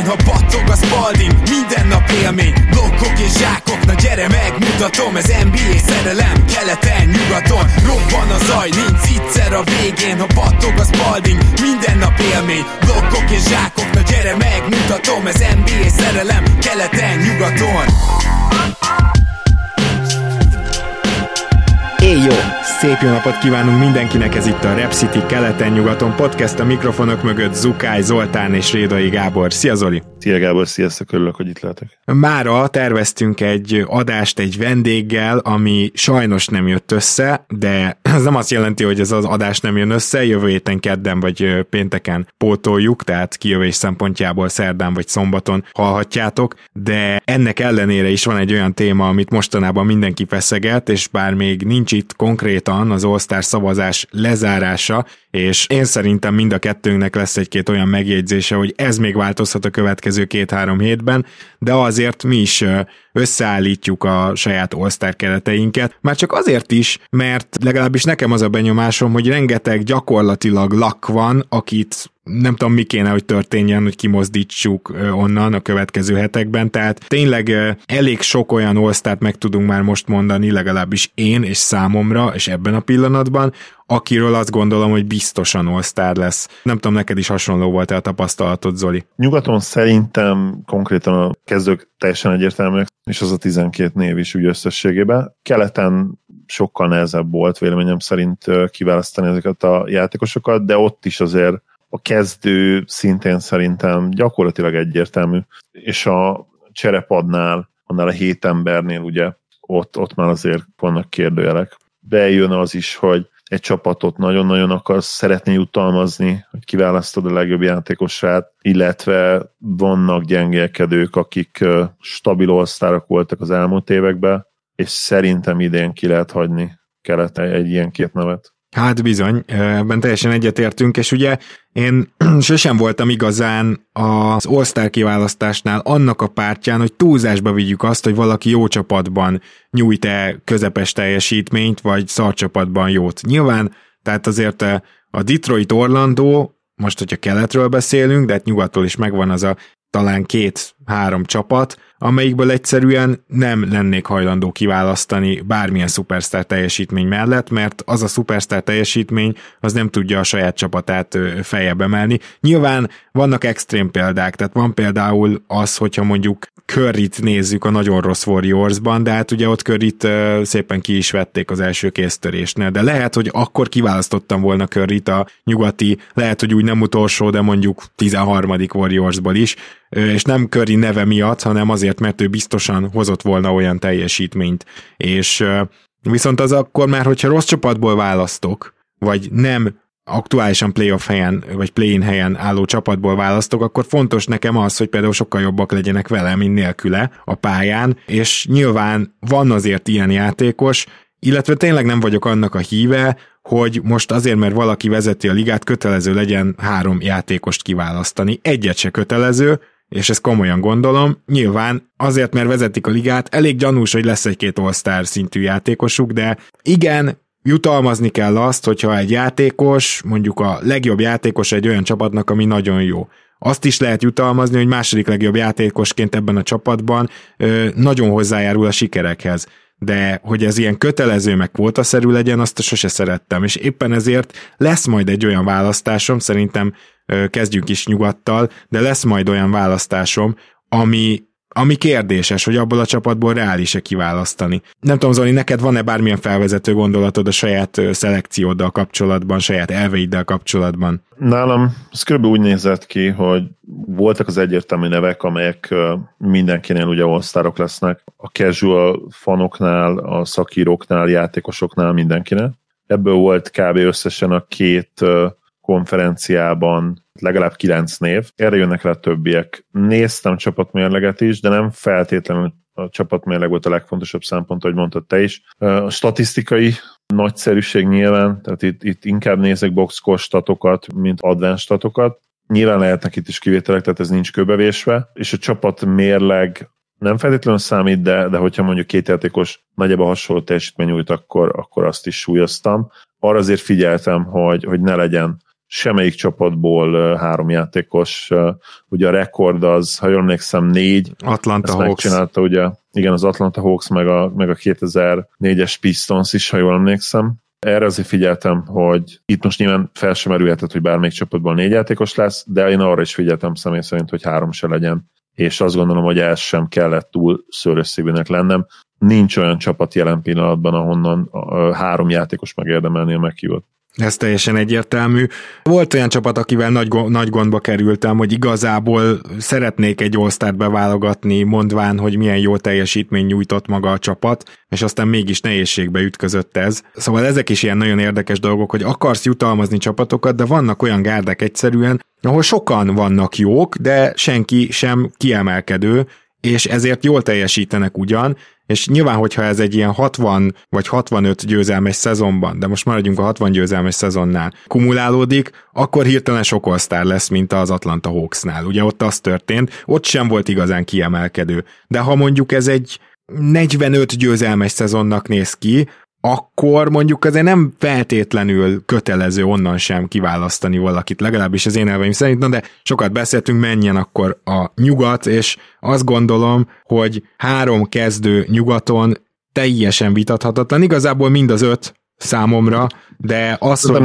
végén, ha battog a Spalding, minden nap élmény, blokkok és zsákok, na gyere megmutatom, ez NBA szerelem, keleten, nyugaton, robban a zaj, nincs egyszer a végén, ha battog a Spalding, minden nap élmény, blokkok és zsákok, na gyere megmutatom, ez NBA szerelem, keleten, nyugaton. Jó! Szép jó napot kívánunk mindenkinek, ez itt a Rep City keleten-nyugaton podcast, a mikrofonok mögött Zukály Zoltán és Rédai Gábor. Szia Zoli! Szia Gábor, sziasztok, örülök, hogy itt lehetek. Mára terveztünk egy adást egy vendéggel, ami sajnos nem jött össze, de ez nem azt jelenti, hogy ez az adás nem jön össze, jövő héten kedden vagy pénteken pótoljuk, tehát kijövés szempontjából szerdán vagy szombaton hallhatjátok, de ennek ellenére is van egy olyan téma, amit mostanában mindenki feszeget, és bár még nincs itt konkrétan az All-Star szavazás lezárása, és én szerintem mind a kettőnknek lesz egy-két olyan megjegyzése, hogy ez még változhat a következő 2-3 hétben, de azért mi is összeállítjuk a saját All-Star kereteinket, már csak azért is, mert legalábbis nekem az a benyomásom, hogy rengeteg gyakorlatilag lak van, akit nem tudom mi kéne, hogy történjen, hogy kimozdítsuk onnan a következő hetekben, tehát tényleg elég sok olyan All-Start meg tudunk már most mondani, legalábbis én és számomra, és ebben a pillanatban, akiről azt gondolom, hogy biztosan All-Star lesz. Nem tudom, neked is hasonló volt a tapasztalatod, Zoli? Nyugaton szerintem konkrétan a kezdők teljesen egyértelműek, és az a 12 név is úgy összességében. Keleten sokkal nehezebb volt véleményem szerint kiválasztani ezeket a játékosokat, de ott is azért a kezdő szintén szerintem gyakorlatilag egyértelmű, és a cserepadnál, annál a 7 embernél ugye ott már azért vannak kérdőjelek. Bejön az is, hogy egy csapatot nagyon-nagyon akarsz szeretni jutalmazni, hogy kiválasztod a legjobb játékosát, illetve vannak gyengélkedők, akik stabil all-starok voltak az elmúlt években, és szerintem idén ki lehet hagyni Keleten egy ilyen két nevet. Hát bizony, ebben teljesen egyetértünk, és ugye én sosem voltam igazán az All-Star kiválasztásnál annak a pártján, hogy túlzásba vigyük azt, hogy valaki jó csapatban nyújt-e közepes teljesítményt, vagy szar csapatban jót. Nyilván, tehát azért a Detroit Orlando, most hogyha keletről beszélünk, de hát nyugatról is megvan az a talán 2-3 csapat, amelyikből egyszerűen nem lennék hajlandó kiválasztani bármilyen szupersztár teljesítmény mellett, mert az a szupersztár teljesítmény az nem tudja a saját csapatát feljebb emelni. Nyilván vannak extrém példák, tehát van például az, hogyha mondjuk Curryt nézzük a nagyon rossz Warriorsban, de hát ugye ott Curryt szépen ki is vették az első kéztörésnél, de lehet, hogy akkor kiválasztottam volna Curryt a nyugati, lehet, hogy úgy nem utolsó, de mondjuk 13. Warriorsból is, és nem Curry neve miatt, hanem azért, mert ő biztosan hozott volna olyan teljesítményt. És viszont az akkor már, hogyha rossz csapatból választok, vagy nem aktuálisan playoff helyen, vagy play-in helyen álló csapatból választok, akkor fontos nekem az, hogy például sokkal jobbak legyenek vele, mint nélküle a pályán, és nyilván van azért ilyen játékos, illetve tényleg nem vagyok annak a híve, hogy most azért, mert valaki vezeti a ligát, kötelező legyen 3 játékost kiválasztani. Egyet se kötelező, és ezt komolyan gondolom, nyilván azért, mert vezetik a ligát, elég gyanús, hogy lesz egy-két All-Star szintű játékosuk, de igen, jutalmazni kell azt, hogyha egy játékos, mondjuk a legjobb játékos egy olyan csapatnak, ami nagyon jó. Azt is lehet jutalmazni, hogy második legjobb játékosként ebben a csapatban nagyon hozzájárul a sikerekhez. De hogy ez ilyen kötelező meg kvótaszerű legyen, azt sose szerettem, és éppen ezért lesz majd egy olyan választásom, szerintem kezdjük is nyugattal, de lesz majd olyan választásom, ami kérdéses, hogy abból a csapatból reális-e kiválasztani. Nem tudom, Zoli, neked van-e bármilyen felvezető gondolatod a saját szelekcióddal kapcsolatban, saját elveiddel kapcsolatban? Nálam ez kb. Úgy nézett ki, hogy voltak az egyértelmű nevek, amelyek mindenkinél ugye all-starok lesznek. A casual fanoknál, a szakíróknál, játékosoknál, mindenkinél. Ebből volt kb. Összesen a 2 konferenciában legalább 9 név. Erre jönnek rá többiek. Néztem csapatmérleget is, de nem feltétlenül a csapatmérleg volt a legfontosabb szempont, ahogy mondtad te is. A statisztikai nagyszerűség nyilván, tehát itt inkább nézek boxscore statokat, mint advanced statokat. Nyilván lehetnek itt is kivételek, tehát ez nincs kőbevésve, és a csapatmérleg nem feltétlenül számít, de hogyha mondjuk 2 játékos nagyjából hasonló teljesítmény nyújt, akkor azt is súlyoztam. Arra azért figyeltem, hogy ne legyen semmelyik csapatból 3 játékos, ugye a rekord az, ha jól emlékszem, 4. Atlanta Hawks. Megcsinálta ugye, igen, az Atlanta Hawks, meg a 2004-es Pistons is, ha jól emlékszem. Erre azért figyeltem, hogy itt most nyilván fel sem merülhetett, hogy bármelyik csapatból 4 játékos lesz, de én arra is figyeltem személy szerint, hogy 3 se legyen, és azt gondolom, hogy ez sem kellett túl szőrösszégűnek lennem. Nincs olyan csapat jelen pillanatban, ahonnan 3 játékos megérdemelni a meghívót. Ez teljesen egyértelmű. Volt olyan csapat, akivel nagy gondba kerültem, hogy igazából szeretnék egy All-Start beválogatni, mondván, hogy milyen jó teljesítmény nyújtott maga a csapat, és aztán mégis nehézségbe ütközött ez. Szóval ezek is ilyen nagyon érdekes dolgok, hogy akarsz jutalmazni csapatokat, de vannak olyan gárdák egyszerűen, ahol sokan vannak jók, de senki sem kiemelkedő, és ezért jól teljesítenek ugyan, és nyilván, hogyha ez egy ilyen 60 vagy 65 győzelmes szezonban, de most maradjunk a 60 győzelmes szezonnál, kumulálódik, akkor hirtelen sok all-star lesz, mint az Atlanta Hawksnál. Ugye ott az történt, ott sem volt igazán kiemelkedő. De ha mondjuk ez egy 45 győzelmes szezonnak néz ki, akkor mondjuk azért nem feltétlenül kötelező onnan sem kiválasztani valakit, legalábbis az én elveim szerint, na de sokat beszéltünk, menjen akkor a nyugat, és azt gondolom, hogy 3 kezdő nyugaton teljesen vitathatatlan, igazából mind az 5 számomra, de az, hogy...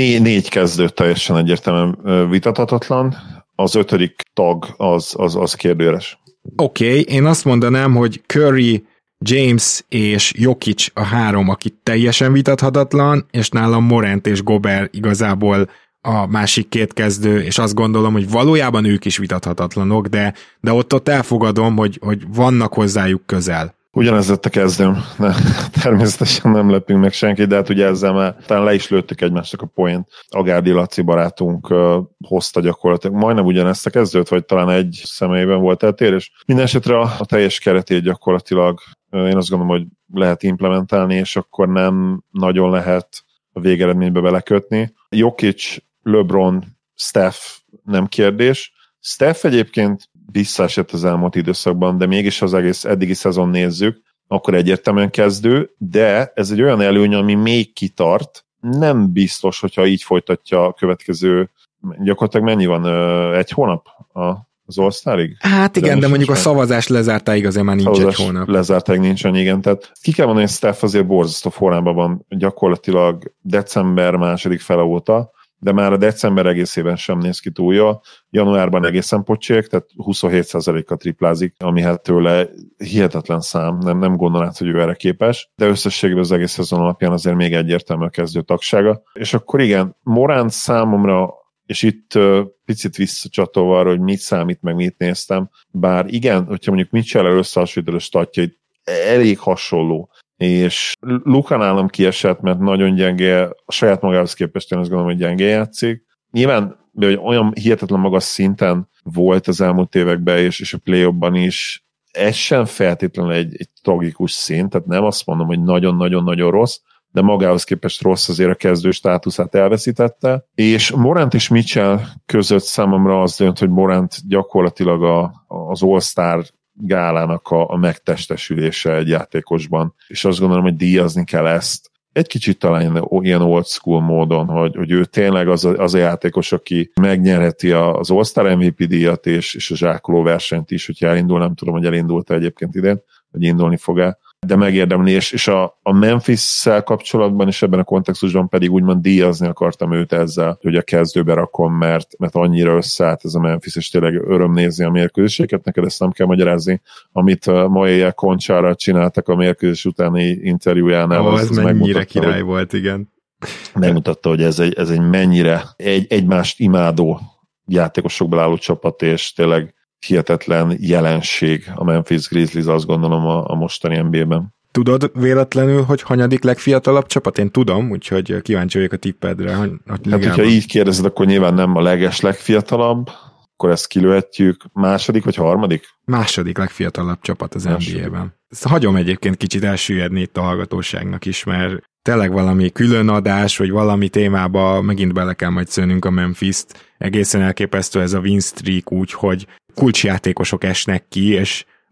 4 kezdő teljesen egyértelműen vitathatatlan, az 5. tag az kérdőjeles. Oké, én azt mondanám, hogy Curry, James és Jokic a 3, aki teljesen vitathatatlan, és nálam Morant és Gobert igazából a másik 2 kezdő, és azt gondolom, hogy valójában ők is vitathatatlanok, de ott elfogadom, hogy vannak hozzájuk közel. Ugyanez lett a kezdőm. Természetesen nem lepünk meg senki, de hát ugye ezzel már talán le is lőttük egymásnak a poént. Agárdi Laci barátunk hozta gyakorlatilag majdnem ugyanezt a kezdőt, vagy talán egy személyben volt eltérés. Mindenesetre a teljes keretét gyakorlatilag én azt gondolom, hogy lehet implementálni, és akkor nem nagyon lehet a végeredménybe belekötni. Jokic, LeBron, Steph nem kérdés. Steph egyébként visszaesett az elmúlt időszakban, de mégis az egész eddigi szezon nézzük, akkor egyértelműen kezdő, de ez egy olyan előny, ami még kitart. Nem biztos, hogyha így folytatja a következő, gyakorlatilag mennyi van? 1 hónap az All-Starig? Hát igen, de mondjuk a szavazást lezártáig azért már nincs 1 hónap. Lezártáig nincs annyi, igen. Tehát ki kell mondani, hogy Steph azért borzasztó formában van gyakorlatilag december második fele óta, de már a december egészében sem néz ki túl jól. Januárban egészen pocsék, tehát 27%-kal triplázik, ami hát tőle hihetetlen szám, nem gondolnád, hogy ő erre képes, de összességében az egész szezon alapján azért még egyértelmű a kezdő tagsága. És akkor igen, Morant számomra, és itt picit visszacsatolva arra, hogy mit számít, meg mit néztem, bár igen, hogyha mondjuk Mitchell-el összehasonlítod a statjait, elég hasonló, és Luka nálam kiesett, mert nagyon gyenge, a saját magához képest én azt gondolom, hogy gyenge játszik. Nyilván, hogy olyan hihetetlen magas szinten volt az elmúlt években, és a play-offban is, ez sem feltétlenül egy tragikus szint, tehát nem azt mondom, hogy nagyon-nagyon-nagyon rossz, de magához képest rossz, azért a kezdő státuszát elveszítette, és Morant és Mitchell között számomra az dönt, hogy Morant gyakorlatilag az All-Star gálának a megtestesülése egy játékosban, és azt gondolom, hogy díjazni kell ezt. Egy kicsit talán ilyen old school módon, hogy ő tényleg az a játékos, aki megnyerheti az All-Star MVP díjat és a zsákoló versenyt is, hogyha elindul, nem tudom, hogy elindult-e egyébként idén, hogy indulni fog-e, de megérdemli, és a Memphis-szel kapcsolatban és ebben a kontextusban pedig úgymond díjazni akartam őt ezzel, hogy a kezdőbe rakom, mert annyira összeállt ez a Memphis, és tényleg öröm nézni a mérkőzéseket, neked ezt nem kell magyarázni, amit ma éjjel Koncsára csináltak a mérkőzés utáni interjújánál. Ez mennyire király volt, igen. Megmutatta, hogy ez egy mennyire egymást imádó játékosokból álló csapat, és tényleg hihetetlen jelenség a Memphis Grizzlies, azt gondolom a mostani NBA-ben. Tudod véletlenül, hogy hanyadik legfiatalabb csapat? Én tudom, úgyhogy kíváncsi vagyok a tippedre. Hát, hogyha így kérdezed, akkor nyilván nem a legfiatalabb, akkor ezt kilőhetjük. Második vagy harmadik? Második legfiatalabb csapat az NBA-ben. Ezt hagyom egyébként kicsit elsüllyedni itt a hallgatóságnak is, mert tényleg valami külön adás, vagy valami témába megint bele kell majd szőnünk a Memphis-t. Egészen elképesztő ez a win streak úgy, hogy kulcsjátékosok esnek ki, és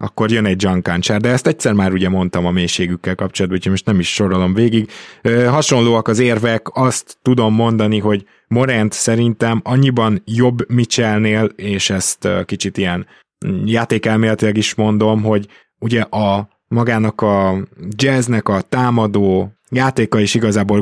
akkor jön egy John Konchar, de ezt egyszer már ugye mondtam a mélységükkel kapcsolatban, úgyhogy most nem is sorolom végig. Hasonlóak az érvek, azt tudom mondani, hogy Morant szerintem annyiban jobb Mitchellnél, és ezt kicsit ilyen játékelméletileg is mondom, hogy ugye magának a Jazznek a támadó játéka is igazából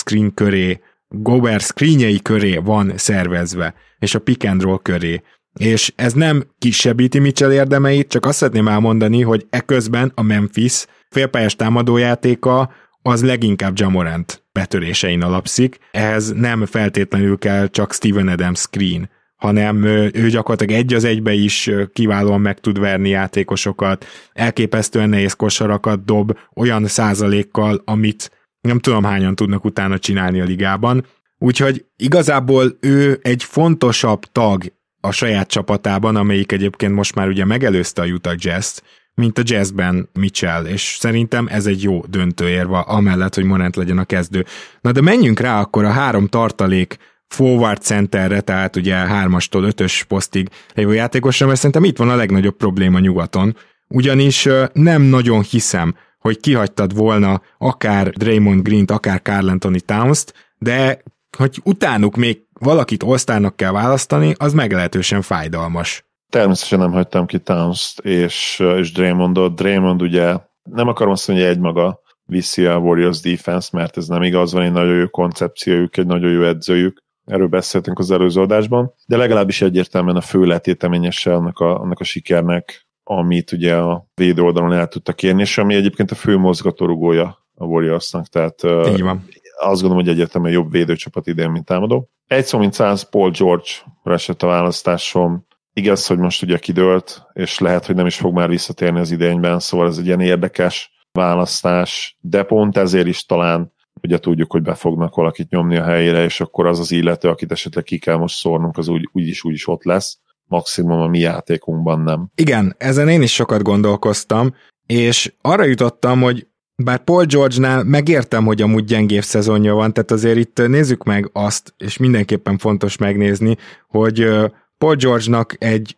Gobert screenjei köré van szervezve, és a pick and roll köré. És ez nem kisebbíti Mitchell érdemeit, csak azt szeretném elmondani, hogy eközben a Memphis félpályás támadójátéka az leginkább Ja Morant betörésein alapszik. Ehhez nem feltétlenül kell csak Steven Adams screen, hanem ő gyakorlatilag egy az egybe is kiválóan meg tud verni játékosokat, elképesztően nehéz kosarakat dob olyan százalékkal, amit nem tudom hányan tudnak utána csinálni a ligában. Úgyhogy igazából ő egy fontosabb tag a saját csapatában, amelyik egyébként most már ugye megelőzte a Utah Jazz-t, mint a Jazzben Mitchell, és szerintem ez egy jó döntőérva, amellett, hogy Morant legyen a kezdő. Na de menjünk rá akkor a 3 tartalék forward centerre, tehát ugye 3-astól 5-ös posztig lévő játékosra, mert szerintem itt van a legnagyobb probléma nyugaton, ugyanis nem nagyon hiszem, hogy kihagytad volna akár Draymond Greent, akár Karl Anthony Towns-t, de hogy utánuk még valakit All-Starnak kell választani, az meglehetősen fájdalmas. Természetesen nem hagytam ki Towns-t és Draymondot. Draymond ugye, nem akarom azt mondani, hogy egymaga viszi a Warriors defense, mert ez nem igaz, van egy nagyon jó koncepciójuk, egy nagyon jó edzőjük, erről beszéltünk az előző adásban, de legalábbis egyértelműen a fő letéteményese annak a sikernek, amit ugye a védő oldalon el tudtak érni, és ami egyébként a fő mozgatórugója a Warriorsnak, tehát így van. Azt gondolom, hogy egyértelműen jobb védőcsapat idén, mint támadó. Egy szó, mint 100, Paul George-ra esett a választásom. Igaz, hogy most ugye kidőlt, és lehet, hogy nem is fog már visszatérni az idényben, szóval ez egy ilyen érdekes választás, de pont ezért is talán ugye tudjuk, hogy be fognak valakit nyomni a helyére, és akkor az az illető, akit esetleg ki kell most szórnunk, az úgyis ott lesz. Maximum a mi játékunkban nem. Igen, ezen én is sokat gondolkoztam, és arra jutottam, hogy bár Paul George-nál megértem, hogy amúgy gyengébb szezonja van, tehát azért itt nézzük meg azt, és mindenképpen fontos megnézni, hogy Paul George-nak egy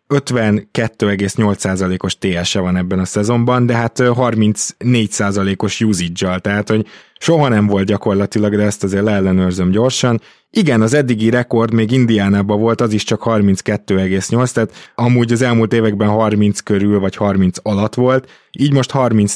52,8%-os TS-e van ebben a szezonban, de hát 34%-os usage-al, tehát hogy soha nem volt gyakorlatilag, de ezt azért leellenőrzöm gyorsan. Igen, az eddigi rekord még Indiánában volt, az is csak 32,8, tehát amúgy az elmúlt években 30 körül vagy 30 alatt volt, így most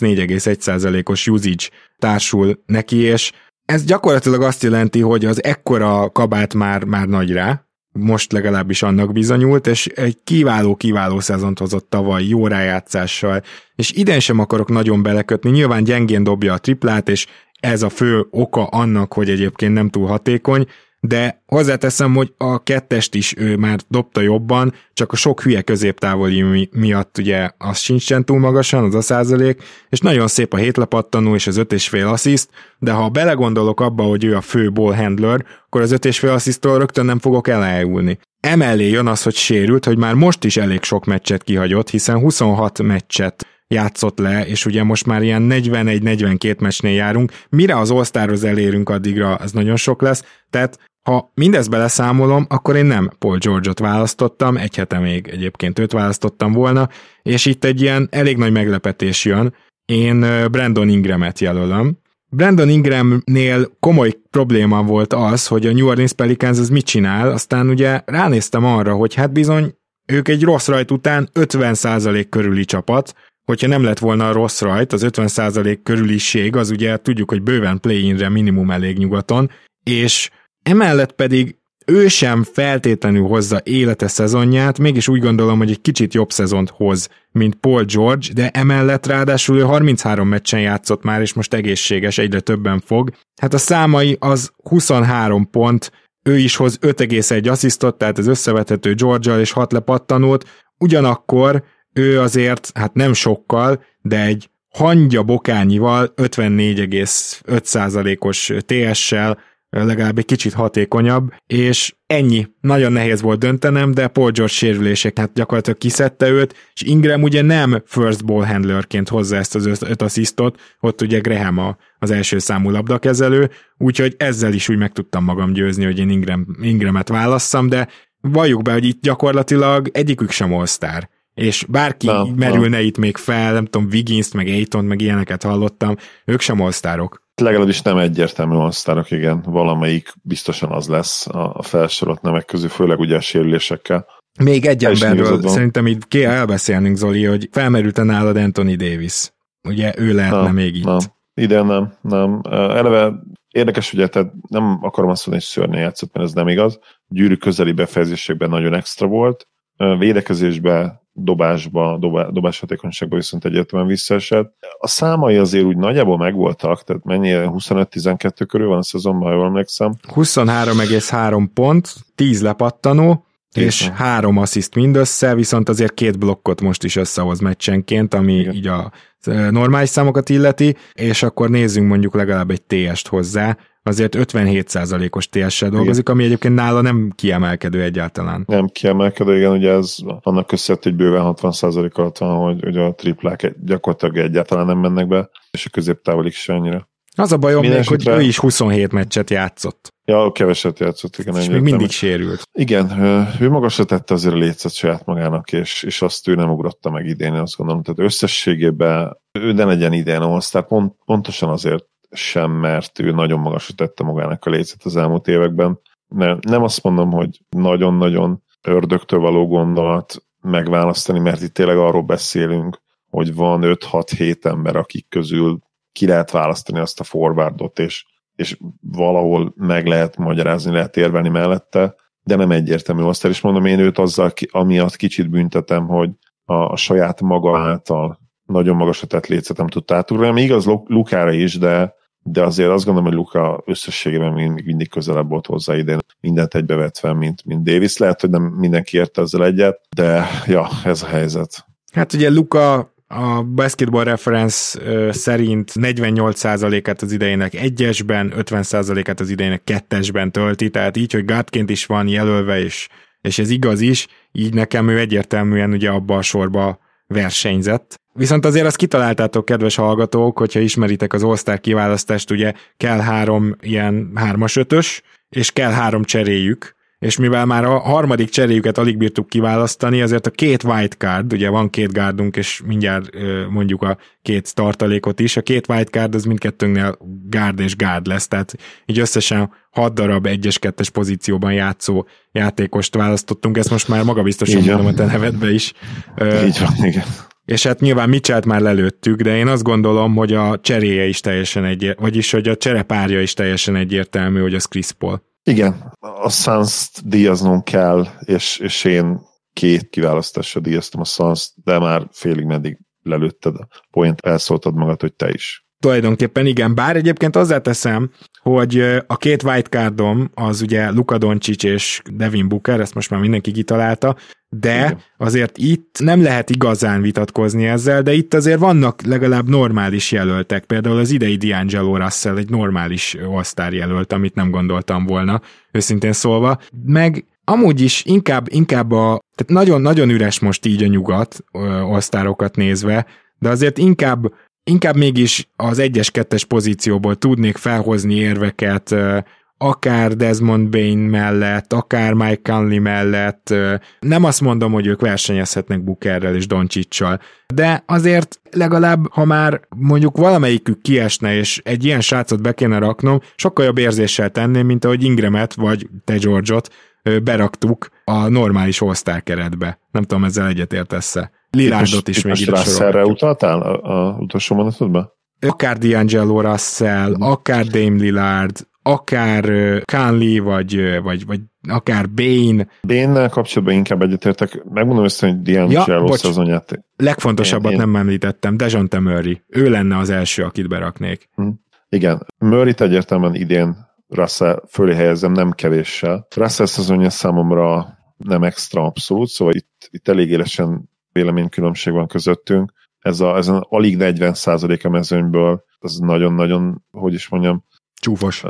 34,1%-os usage társul neki, és ez gyakorlatilag azt jelenti, hogy az ekkora kabát már nagy rá, most legalábbis annak bizonyult, és egy kiváló szezont hozott tavaly jó rájátszással, és idén sem akarok nagyon belekötni, nyilván gyengén dobja a triplát, és ez a fő oka annak, hogy egyébként nem túl hatékony, de hozzáteszem, hogy a kettest is ő már dobta jobban, csak a sok hülye középtávoli miatt ugye az sincsen túl magasan, az a százalék, és nagyon szép a 7 lepattanó és az 5,5 assziszt, de ha belegondolok abba, hogy ő a fő ball handler, akkor az 5,5 asszisztól rögtön nem fogok elájulni. Emellé jön az, hogy sérült, hogy már most is elég sok meccset kihagyott, hiszen 26 meccset játszott le, és ugye most már ilyen 41-42 meccsnél járunk, mire az All-Starhoz elérünk addigra, az nagyon sok lesz, tehát ha mindezt beleszámolom, akkor én nem Paul George-ot választottam, egy hete még egyébként őt választottam volna, és itt egy ilyen elég nagy meglepetés jön, én Brandon Ingramet jelölöm. Brandon Ingramnél komoly probléma volt az, hogy a New Orleans Pelicans az mit csinál, aztán ugye ránéztem arra, hogy hát bizony ők egy rossz rajt után 50% körüli csapat, hogyha nem lett volna a rossz rajt, az 50% körüliség, az ugye tudjuk, hogy bőven play-inre minimum elég nyugaton, és emellett pedig ő sem feltétlenül hozza élete szezonját, mégis úgy gondolom, hogy egy kicsit jobb szezont hoz, mint Paul George, de emellett ráadásul ő 33 meccsen játszott már, és most egészséges, egyre többen fog. Hát a számai az 23 pont, ő is hoz 5,1 asszisztot, tehát ez összevethető George-al és 6 lepattanót, ugyanakkor ő azért, hát nem sokkal, de egy hangya bokányival 54,5%-os TS-sel legalább egy kicsit hatékonyabb, és ennyi. Nagyon nehéz volt döntenem, de Paul George sérülések hát gyakorlatilag kiszedte őt, és Ingram ugye nem first ball handlerként hozza ezt az 5 asszisztot, ott ugye Graham az első számú labdakezelő, úgyhogy ezzel is úgy meg tudtam magam győzni, hogy én Ingramet válasszam, de valljuk be, hogy itt gyakorlatilag egyikük sem All-Star. és bárki merülne itt még fel, nem tudom, Wigginst, meg Aytont, meg ilyeneket hallottam, ők sem all-sztárok. Legalábbis nem egyértelmű all-sztárok, igen, valamelyik biztosan az lesz a felsorolt nemek közül, főleg ugye a sérülésekkel. Még egy emberről szerintem itt kell elbeszélnünk, Zoli, hogy felmerült-e nálad Anthony Davis. Ugye ő lehetne még itt. Nem. Idén nem. Eleve érdekes, ugye, tehát nem akarom azt mondani, hogy szörnyen játszott, mert ez nem igaz. Gyűrű közeli befejezésekben nagyon extra volt. Védekezésben, dobás hatékonyságban viszont egyértelműen visszaesett. A számai azért úgy nagyjából megvoltak, tehát mennyi 25-12 körül van a szezonban, ha jól emlékszem. 23,3 pont, 10 lepattanó, és 3 assziszt mindössze, viszont azért 2 blokkot most is összehoz meccsenként, ami igen, így a normális számokat illeti, és akkor nézzünk mondjuk legalább egy TS-t hozzá, azért 57%-os TS-sel dolgozik, ami egyébként nála nem kiemelkedő egyáltalán. Nem kiemelkedő, igen, ugye ez annak köszönhető, hogy bőven 60% alatt van, hogy a triplák gyakorlatilag egyáltalán nem mennek be, és a középtávolig se annyira. Az a bajom még, hogy ő is 27 meccset játszott. Ja, keveset játszott, igen. És még mindig sérült. Igen, ő magasra tette azért a lécet saját magának, és azt ő nem ugrotta meg idén, azt gondolom. Tehát összességében ő ne legyen idén all-sztár, pontosan azért sem, mert ő nagyon magasra tette magának a lécet az elmúlt években. Nem azt mondom, hogy nagyon-nagyon ördögtől való gondolat megválasztani, mert itt tényleg arról beszélünk, hogy van 5-6-7 ember, akik közül ki lehet választani azt a forwardot, és valahol meg lehet magyarázni, lehet érvelni mellette, de nem egyértelmű all-sztár, és mondom, én őt azzal, amiatt kicsit büntetem, hogy a saját maga által nagyon magasra tett lécet nem tudta átugrani, ami igaz Lukára is, de azért azt gondolom, hogy Luka összességében még mindig közelebb volt hozzá idén, mindent egybevetve, mint Davis. Lehet, hogy nem mindenki érte ezzel egyet, de ja, ez a helyzet. Hát ugye Luka a Basketball Reference szerint 48%-át az idejének 1-esben, 50%-át az idejének 2-esben tölti, tehát így, hogy guardként is van jelölve, és ez igaz is, így nekem ő egyértelműen ugye abba a sorba versenyzett. Viszont azért azt kitaláltátok, kedves hallgatók, hogyha ismeritek az All-Star kiválasztást, ugye kell 3 ilyen 3-as-5-ös, és kell 3 cseréjük, és mivel már a harmadik cseréjüket alig bírtuk kiválasztani, azért a 2 wildcard, ugye van 2 guardunk, és mindjárt mondjuk a 2 tartalékot is, a 2 wildcard az mindkettőnknél guard és guard lesz, tehát így összesen 6 darab 1-es, 2-es pozícióban játszó játékost választottunk, ezt most már magabiztosan mondom a te nevedbe is. Így van, igen. És hát nyilván Mitchellt már lelőttük, de én azt gondolom, hogy a cseréje is teljesen vagyis hogy a cserepárja is teljesen egyértelmű, hogy az Chris Paul. Igen, a Suns-t díjaznom kell, és én 2 kiválasztásra díjaztam a Suns-t, de már félig meddig lelőtted a point, elszóltad magad, hogy te is. Tulajdonképpen igen, bár egyébként hozzáteszem, hogy a 2 wildcardom az ugye Luka Doncic és Devin Booker, ezt most már mindenki kitalálta, de igen, azért itt nem lehet igazán vitatkozni ezzel, de itt azért vannak legalább normális jelöltek, például az idei D'Angelo Russell egy normális all-star jelölt, amit nem gondoltam volna, őszintén szólva, meg amúgy is inkább tehát nagyon-nagyon üres most így a nyugat all-starokat nézve, de azért inkább mégis az 1-es, 2-es pozícióból tudnék felhozni érveket, akár Desmond Bane mellett, akár Mike Conley mellett. Nem azt mondom, hogy ők versenyezhetnek Bookerrel és Doncsicsal, de azért legalább, ha már mondjuk valamelyikük kiesne, és egy ilyen srácot be kéne raknom, sokkal jobb érzéssel tenném, mint ahogy Ingramet vagy te George-ot beraktuk a normális all-star keretbe. Nem tudom, ezzel egyetértesz-e. Lillardot is még ide sorolhatjuk. Russellre utaltál a utolsó mondatodban? Akár D'Angelo Russell, akár Dame Lillard, akár Conley, vagy akár Bane. Bane-nel kapcsolatban inkább egyetértek. Megmondom össze, hogy D'Angelo szezonját. Legfontosabbat nem említettem, Dejounte Murray. Ő lenne az első, akit beraknék. Igen, Murrayt egyértelműen idén Russell fölé helyezem, nem kevéssel. Russell szezonja számomra nem extra abszolút, szóval itt elég élesen véleménykülönbség van közöttünk. Ezen alig 40% a mezőnyből, ez nagyon-nagyon, hogy is mondjam, csúfos.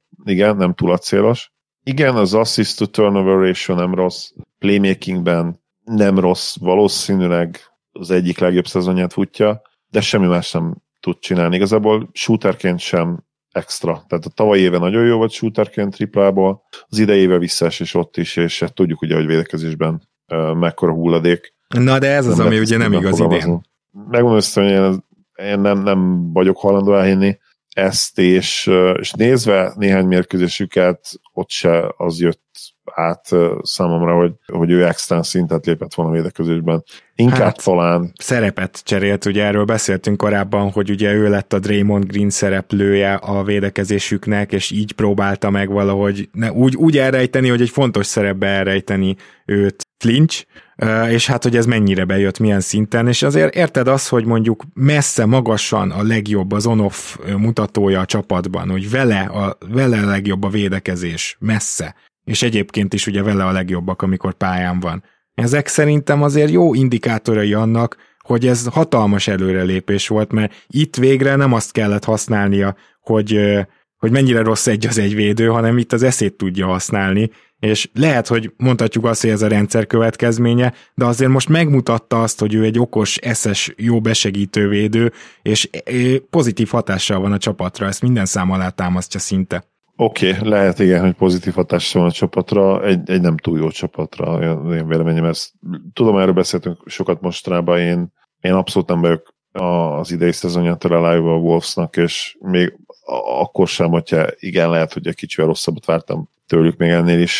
Nem túl acélos. Igen, az assist to turnover ratio nem rossz, playmakingben nem rossz, valószínűleg az egyik legjobb szezonját futja, de semmi más nem tud csinálni. Igazából shooterként sem extra. Tehát a tavalyi éve nagyon jó volt shooterként triplából, az idei éve visszaesés ott is, és tudjuk ugye, hogy védekezésben mekkora hulladék. Na, de ez az, ami ugye nem igaz idén. Megmondom össze, hogy én nem vagyok hajlandó elhinni ezt, és nézve néhány mérkőzésüket, ott se az jött át számomra, hogy ő extrán szintet lépett volna a védekezésben. Inkább talán... Szerepet cserélt, ugye erről beszéltünk korábban, hogy ugye ő lett a Draymond Green szereplője a védekezésüknek, és így próbálta meg valahogy úgy elrejteni, hogy egy fontos szerepbe elrejteni őt Flinch, és hát, hogy ez mennyire bejött, milyen szinten, és azért érted azt, hogy mondjuk messze, magasan a legjobb az on-off mutatója a csapatban, hogy vele a legjobb a védekezés, messze, és egyébként is ugye vele a legjobbak, amikor pályán van. Ezek szerintem azért jó indikátorai annak, hogy ez hatalmas előrelépés volt, mert itt végre nem azt kellett használnia, hogy mennyire rossz egy az egy védő, hanem itt az eszét tudja használni, és lehet, hogy mondhatjuk azt, hogy ez a rendszer következménye, de azért most megmutatta azt, hogy ő egy okos, eszes, jó besegítő védő, és pozitív hatással van a csapatra, ezt minden szám alá támasztja szinte. Oké, lehet igen, hogy pozitív hatással van a csapatra, egy nem túl jó csapatra, én véleményem ezt. Tudom, erről beszéltünk sokat mostanában, én abszolút nem vagyok az idei szezonját elájúva a Wolvesnak, és még akkor sem, hogyha igen, lehet, hogy egy kicsivel rosszabbat vártam tőlük még ennél is,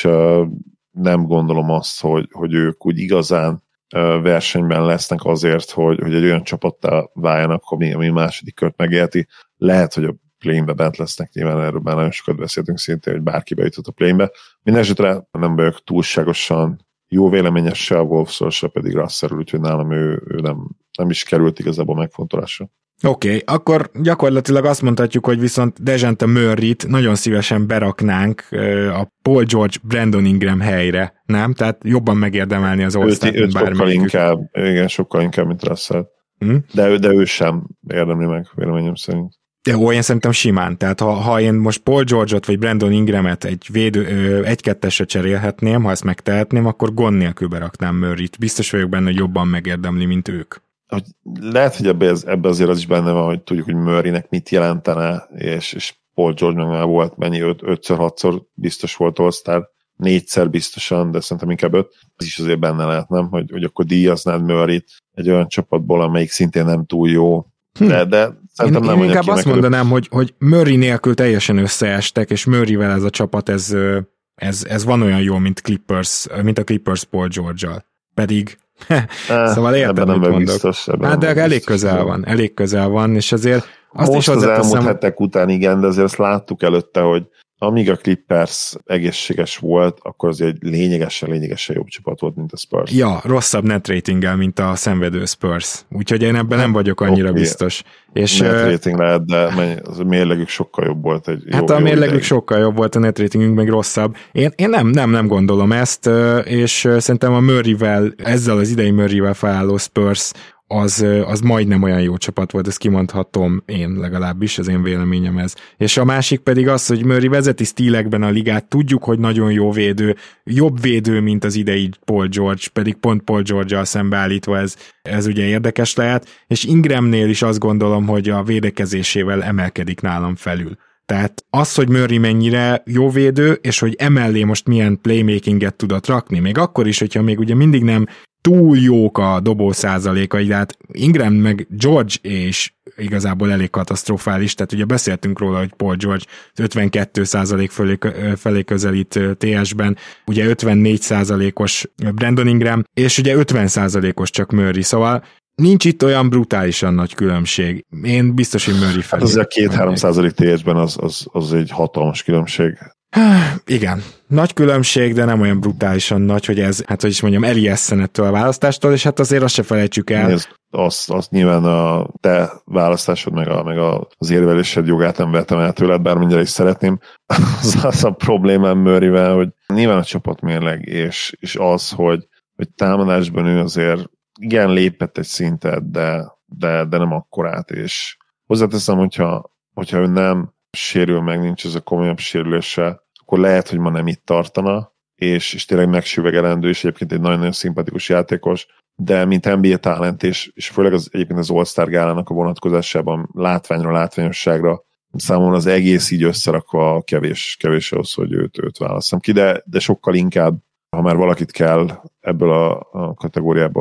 nem gondolom azt, hogy ők úgy igazán versenyben lesznek azért, hogy egy olyan csapattá váljanak, ami második kört megélti. Lehet, hogy a play-inbe bent lesznek, nyilván erről már nagyon sokat beszéltünk szintén, hogy bárki bejutott a play-inbe. Mindenesetre nem vagyok túlságosan jó véleményes se a Wolves-ról, se pedig Russell, úgyhogy nálam ő nem is került igazából megfontolásra. Oké, akkor gyakorlatilag azt mondhatjuk, hogy viszont Dejounte Murrayt nagyon szívesen beraknánk a Paul George, Brandon Ingram helyre, nem? Tehát jobban megérdemelni az All-Star-t, mint bármelyikük. Sokkal inkább, mint Russell. De ő sem érdemli meg, véleményem szerint. De én szerintem simán, tehát ha én most Paul George-ot vagy Brandon Ingramet egy-kettesre cserélhetném, ha ezt megtehetném, akkor gond nélkül beraknám Murrayt. Biztos vagyok benne, hogy jobban megérdemli, mint ők. Lehet, hogy ebbe azért az is benne van, hogy tudjuk, hogy Murraynek mit jelentene, és Paul George meg már volt mennyi, 5-6-szor biztos volt All-Star, 4-szer biztosan, de szerintem inkább 5. Ez is azért benne lehet, nem? Hogy akkor díjaznád Murrayt egy olyan csapatból, amelyik szintén nem túl jó, de szerintem én inkább azt mondanám, hogy Murray nélkül teljesen összeestek, és Murrayvel ez a csapat, ez van olyan jó, mint a Clippers Paul George-al. Pedig szóval érted, mit mondok. Biztos, de elég közel van, és azért azt most is az elmúlt hetek után igen, de azért azt láttuk előtte, hogy amíg a Clippers egészséges volt, akkor az egy lényegesen jobb csapat volt, mint a Spurs. Ja, rosszabb net ratinggel, mint a szenvedő Spurs. Úgyhogy én ebben nem vagyok annyira biztos. És net rating lehet, de a mérlegük sokkal jobb volt. A mérlegük sokkal jobb volt, a net ratingünk meg rosszabb. Én nem gondolom ezt, és szerintem a Murrayvel, ezzel az idei Murrayvel felálló Spurs az majdnem olyan jó csapat volt, ezt kimondhatom én legalábbis, az én véleményem ez. És a másik pedig az, hogy Murray vezeti stílekben a ligát, tudjuk, hogy nagyon jó védő, jobb védő, mint az idei Paul George, pedig pont Paul George-al szembeállítva ez ugye érdekes lehet, és Ingramnél is azt gondolom, hogy a védekezésével emelkedik nálam felül. Tehát az, hogy Murray mennyire jó védő, és hogy emellé most milyen playmakinget tudott rakni, még akkor is, hogyha még ugye mindig nem túl jók a dobó százalékai, de hát Ingram meg George és igazából elég katasztrofális, tehát ugye beszéltünk róla, hogy Paul George 52% felé közelít TS-ben, ugye 54%-os Brandon Ingram, és ugye 50%-os csak Murray, szóval nincs itt olyan brutálisan nagy különbség. Én biztos, hogy Murray felé. Hát az a 2-3% TS-ben az egy hatalmas különbség. Igen, nagy különbség, de nem olyan brutálisan nagy, hogy ez, hát hogy is mondjam, elijesszen ettől a választástól, és hát azért azt se felejtsük el. Nézd, azt nyilván a te választásod, meg az érvelésed jogát nem vettem el tőled, bármennyire is szeretném. Az a problémám Murrayvel, hogy nyilván a csapatmérleg, és az, hogy támadásban ő azért igen lépett egy szintet, de nem akkorát, és hozzáteszem, hogyha ő nem sérül meg, nincs ez a komolyabb sérülése, akkor lehet, hogy ma nem itt tartana, és tényleg megsüvegelendő, és egyébként egy nagyon-nagyon szimpatikus játékos, de mint NBA talent, és főleg egyébként az All-Star gálának a vonatkozásában látványosságra számomra az egész így összerakva kevés ahhoz, hogy őt válasszam ki, de sokkal inkább, ha már valakit kell ebből a kategóriából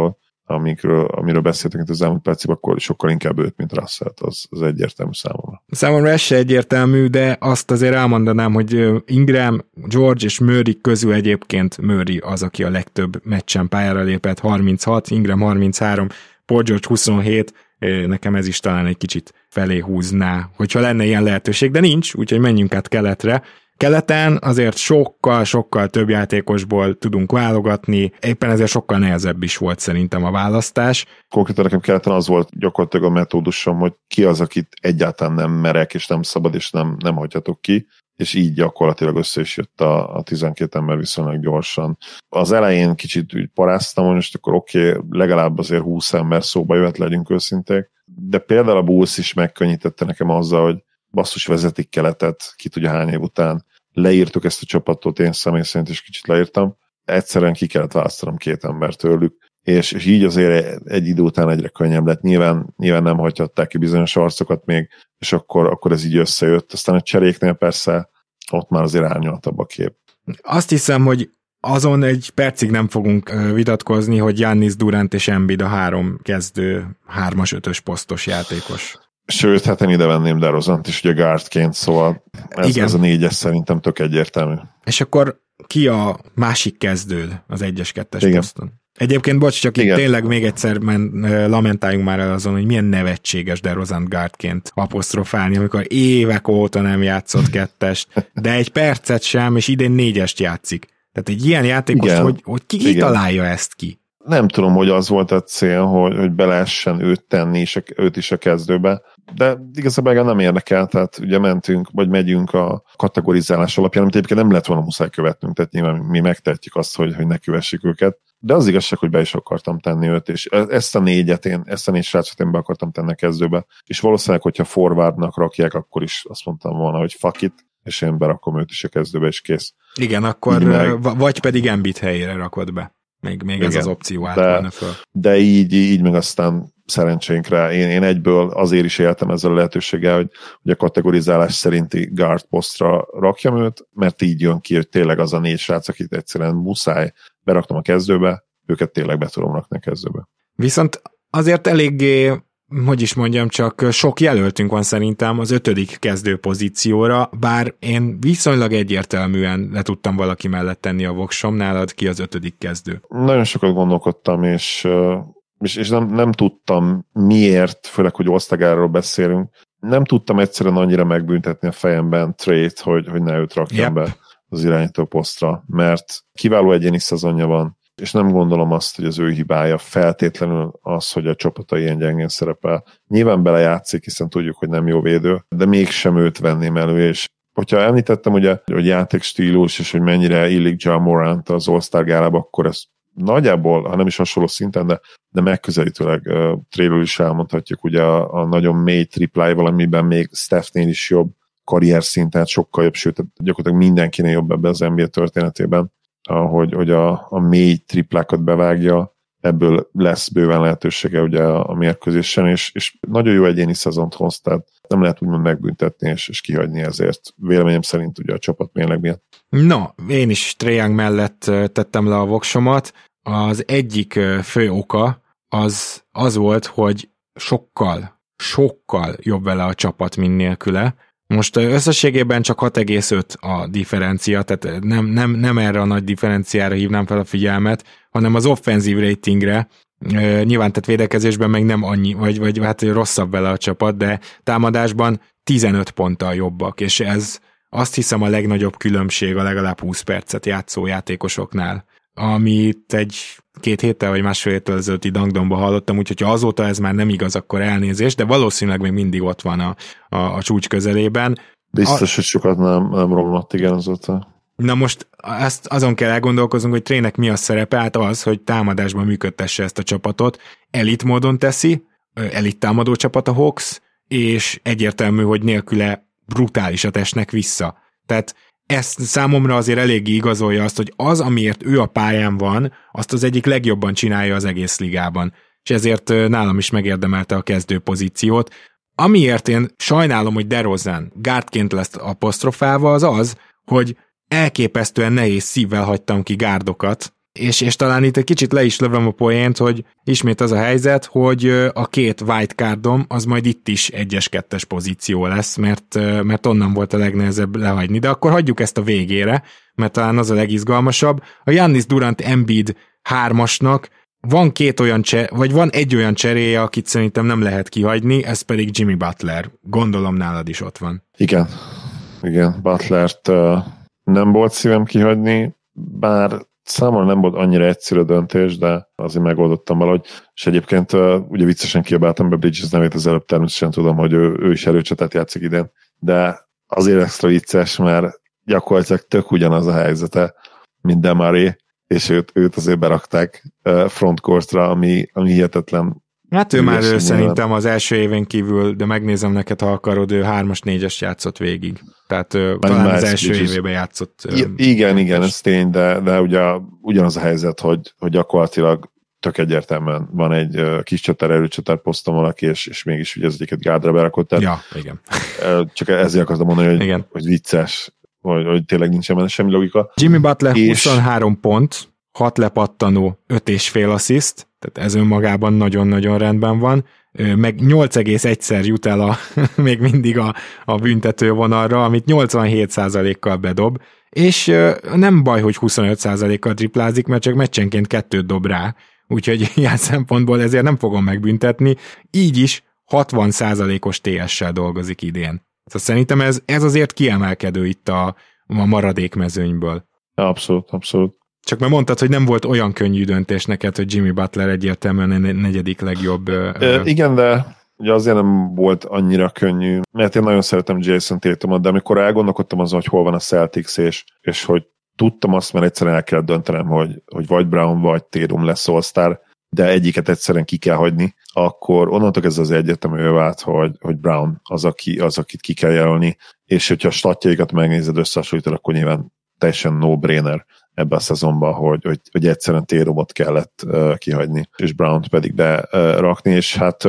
amiről beszéltünk itt az elmúlt percben, akkor sokkal inkább őt, mint Russellt, az egyértelmű számomra. Számomra ez se egyértelmű, de azt azért elmondanám, hogy Ingram, George és Murray közül egyébként Murray az, aki a legtöbb meccsen pályára lépett, 36, Ingram 33, Paul George 27, nekem ez is talán egy kicsit felé húzná, hogyha lenne ilyen lehetőség, de nincs, úgyhogy menjünk át keletre. Keleten azért sokkal több játékosból tudunk válogatni, éppen ezért sokkal nehezebb is volt szerintem a választás. Konkrétan nekem keleten az volt gyakorlatilag a metódusom, hogy ki az, akit egyáltalán nem merek, és nem szabad, és nem hagyhatok ki, és így gyakorlatilag össze is jött a 12 ember viszonylag gyorsan. Az elején kicsit úgy paráztam, hogy most akkor oké, legalább azért 20 ember szóba jöhet, legyünk őszinték, de például a Bulls is megkönnyítette nekem azzal, hogy basszus vezetik Keletet, ki tudja hány év után. Leírtuk ezt a csapatot, én személy szerint is kicsit leírtam. Egyszerűen ki kellett választanom 2 embert tőlük, és így azért egy idő után egyre könnyebb lett. Nyilván nem hagyhatták ki bizonyos arcokat még, és akkor ez így összejött. Aztán a cseréknél persze ott már azért árnyaltabb a kép. Azt hiszem, hogy azon egy percig nem fogunk vitatkozni, hogy Giannis, Durant és Embiid a 3 kezdő 3-as, 5-ös posztos játékos. Sőt, hát én ide venném DeRozant is ugye guardként, szóval ez a 4-es szerintem tök egyértelmű. És akkor ki a másik kezdőd az 1-es, 2-es poszton? Egyébként, bocs, csak itt tényleg még egyszer lamentáljunk már el azon, hogy milyen nevetséges DeRozant guardként apostrofálni, amikor évek óta nem játszott 2-est, de egy percet sem, és idén 4-est játszik. Tehát egy ilyen játékos, hogy ki találja ezt ki? Nem tudom, hogy az volt a cél, hogy be lehessen őt tenni, őt is a kezdőbe, de igazából nem érdekel, tehát ugye megyünk a kategorizálás alapján, amit egyébként nem lett volna muszáj követnünk, tehát nyilván mi megtehetjük azt, hogy ne kövessük őket, de az igazság, hogy be is akartam tenni őt, és ezt a 4 srácot én be akartam tenni a kezdőbe, és valószínűleg, hogyha forwardnak rakják, akkor is azt mondtam volna, hogy fuck it, és én berakom őt is a kezdőbe, és kész. Igen, akkor vagy pedig Embiid helyére rakod be. Még ez az opció állt volna föl. De így meg aztán szerencsénkre én egyből azért is éltem ezzel a lehetőséggel, hogy a kategorizálás szerinti guard posztra rakjam őt, mert így jön ki, hogy tényleg az a 4 srác, akit egyszerűen muszáj beraknom a kezdőbe, őket tényleg be tudom rakni a kezdőbe. Viszont azért eléggé, hogy is mondjam, csak sok jelöltünk van szerintem az 5. kezdő pozícióra, bár én viszonylag egyértelműen le tudtam valaki mellett tenni a voksom, nálad ki az 5. kezdő. Nagyon sokat gondolkodtam, és nem tudtam miért, főleg, hogy Osztagáról beszélünk, nem tudtam egyszerűen annyira megbüntetni a fejemben Trey-t, hogy ne őt rakjam be az irányító posztra, mert kiváló egyéni szezonja van, és nem gondolom azt, hogy az ő hibája feltétlenül az, hogy a csapata ilyen gyengén szerepel. Nyilván belejátszik, hiszen tudjuk, hogy nem jó védő, de mégsem őt venném elő, és hogyha említettem ugye, hogy játékstílus, és hogy mennyire illik Ja Morant az All-Star gálába, akkor ez nagyjából, ha nem is hasonló szinten, de megközelítőleg Trayről is elmondhatjuk, ugye a nagyon mély tripláival, amiben még Stephnél is jobb karrier szinten, sokkal jobb, sőt, gyakorlatilag mindenkinél jobb ebben az NBA történetében, hogy a mély triplákat bevágja, ebből lesz bőven lehetősége ugye a mérkőzésen, és nagyon jó egyéni szezont hoz, tehát nem lehet úgymond megbüntetni és kihagyni ezért. Véleményem szerint ugye a csapat mérleg miatt. No, én is Trae Young mellett tettem le a voksomat. Az egyik fő oka az volt, hogy sokkal jobb vele a csapat, mint nélküle. Most összességében csak 6,5 a differencia, tehát nem erre a nagy differenciára hívnám fel a figyelmet, hanem az offenzív ratingre. Nyilván tehát védekezésben meg nem annyi, vagy hát rosszabb vele a csapat, de támadásban 15 ponttal jobbak, és ez azt hiszem a legnagyobb különbség a legalább 20 percet játszó játékosoknál, amit 2 héttel vagy másfél héttel ezelőtti Dunkdomba hallottam, úgyhogy ha azóta ez már nem igaz, akkor elnézés, de valószínűleg még mindig ott van a csúcs közelében. Biztos, hogy sokat nem romlott, igen, azóta. Na most azon kell elgondolkoznunk, hogy Traynek mi a szerepe, hát az, hogy támadásban működtesse ezt a csapatot, elit módon teszi, elit támadó csapat a Hawks, és egyértelmű, hogy nélküle brutálisat esnek vissza. Tehát ezt számomra azért eléggé igazolja azt, hogy az, amiért ő a pályán van, azt az egyik legjobban csinálja az egész ligában. És ezért nálam is megérdemelte a kezdő pozíciót. Amiért én sajnálom, hogy DeRozan guardként lesz apostrofálva, az, hogy elképesztően nehéz szívvel hagytam ki gárdokat és talán itt egy kicsit le is lövöm a poént, hogy ismét az a helyzet, hogy a két wildcardom az majd itt is 1-2-es pozíció lesz, mert onnan volt a legnehezebb lehagyni, de akkor hagyjuk ezt a végére, mert talán az a legizgalmasabb. A Giannis Durant Embiid 3-asnak van van egy olyan cseréje, akit szerintem nem lehet kihagyni, ez pedig Jimmy Butler. Gondolom nálad is ott van. Igen, Butlert nem volt szívem kihagyni, bár számomra nem volt annyira egyszerű döntés, de azért megoldottam valahogy. És egyébként ugye viccesen kiabáltam be Bridges nevét az előbb, természetesen tudom, hogy ő is erőcsatot játszik idén, de azért extra vicces, mert gyakorlatilag tök ugyanaz a helyzete, mint Demare, és őt azért berakták frontcourtra, ami hihetetlen. Hát ő már szerintem az első éven kívül, de megnézem neked, ha akarod, ő 3-as, 4-es játszott végig. Tehát talán az első évében játszott. Igen, ez tény, de ugye ugyanaz a helyzet, hogy gyakorlatilag tök egyértelműen van egy kis csatár, erőcsatár poszton valaki, és mégis ugye az egyiket gárdra berakott. Ja, igen. Csak ezért akartam mondani, hogy vicces, hogy tényleg nincsen benne semmi logika. Jimmy Butler 23 pont, 6 lepattanó, 5,5 assziszt, tehát ez önmagában nagyon-nagyon rendben van, meg 8,1-szer jut el még mindig a büntető vonalra, amit 87%-kal bedob, és nem baj, hogy 25%-kal triplázik, mert csak meccsenként 2 dob rá, úgyhogy ilyen szempontból ezért nem fogom megbüntetni, így is 60%-os TS-sel dolgozik idén. Szóval szerintem ez azért kiemelkedő itt a maradék mezőnyből. Abszolút. Csak mert mondtad, hogy nem volt olyan könnyű döntés neked, hogy Jimmy Butler egyértelműen a negyedik legjobb. Igen, de ugye azért nem volt annyira könnyű, mert én nagyon szeretem Jason Tatumot, de amikor elgondolkodtam azon, hogy hol van a Celtics, és hogy tudtam azt, mert egyszerűen el kell döntenem, hogy vagy Brown, vagy Tatum lesz All-Star, de egyiket egyszerűen ki kell hagyni, akkor onnantól ez az egyértelművé vált, hogy Brown az, akit ki kell jelölni, és hogyha a statjaikat megnézed, összehasonlítod, akkor nyilván teljesen no-brainer ebbe a szezonban, hogy egyszerűen Tatumot kellett kihagyni, és Brownt pedig berakni, és hát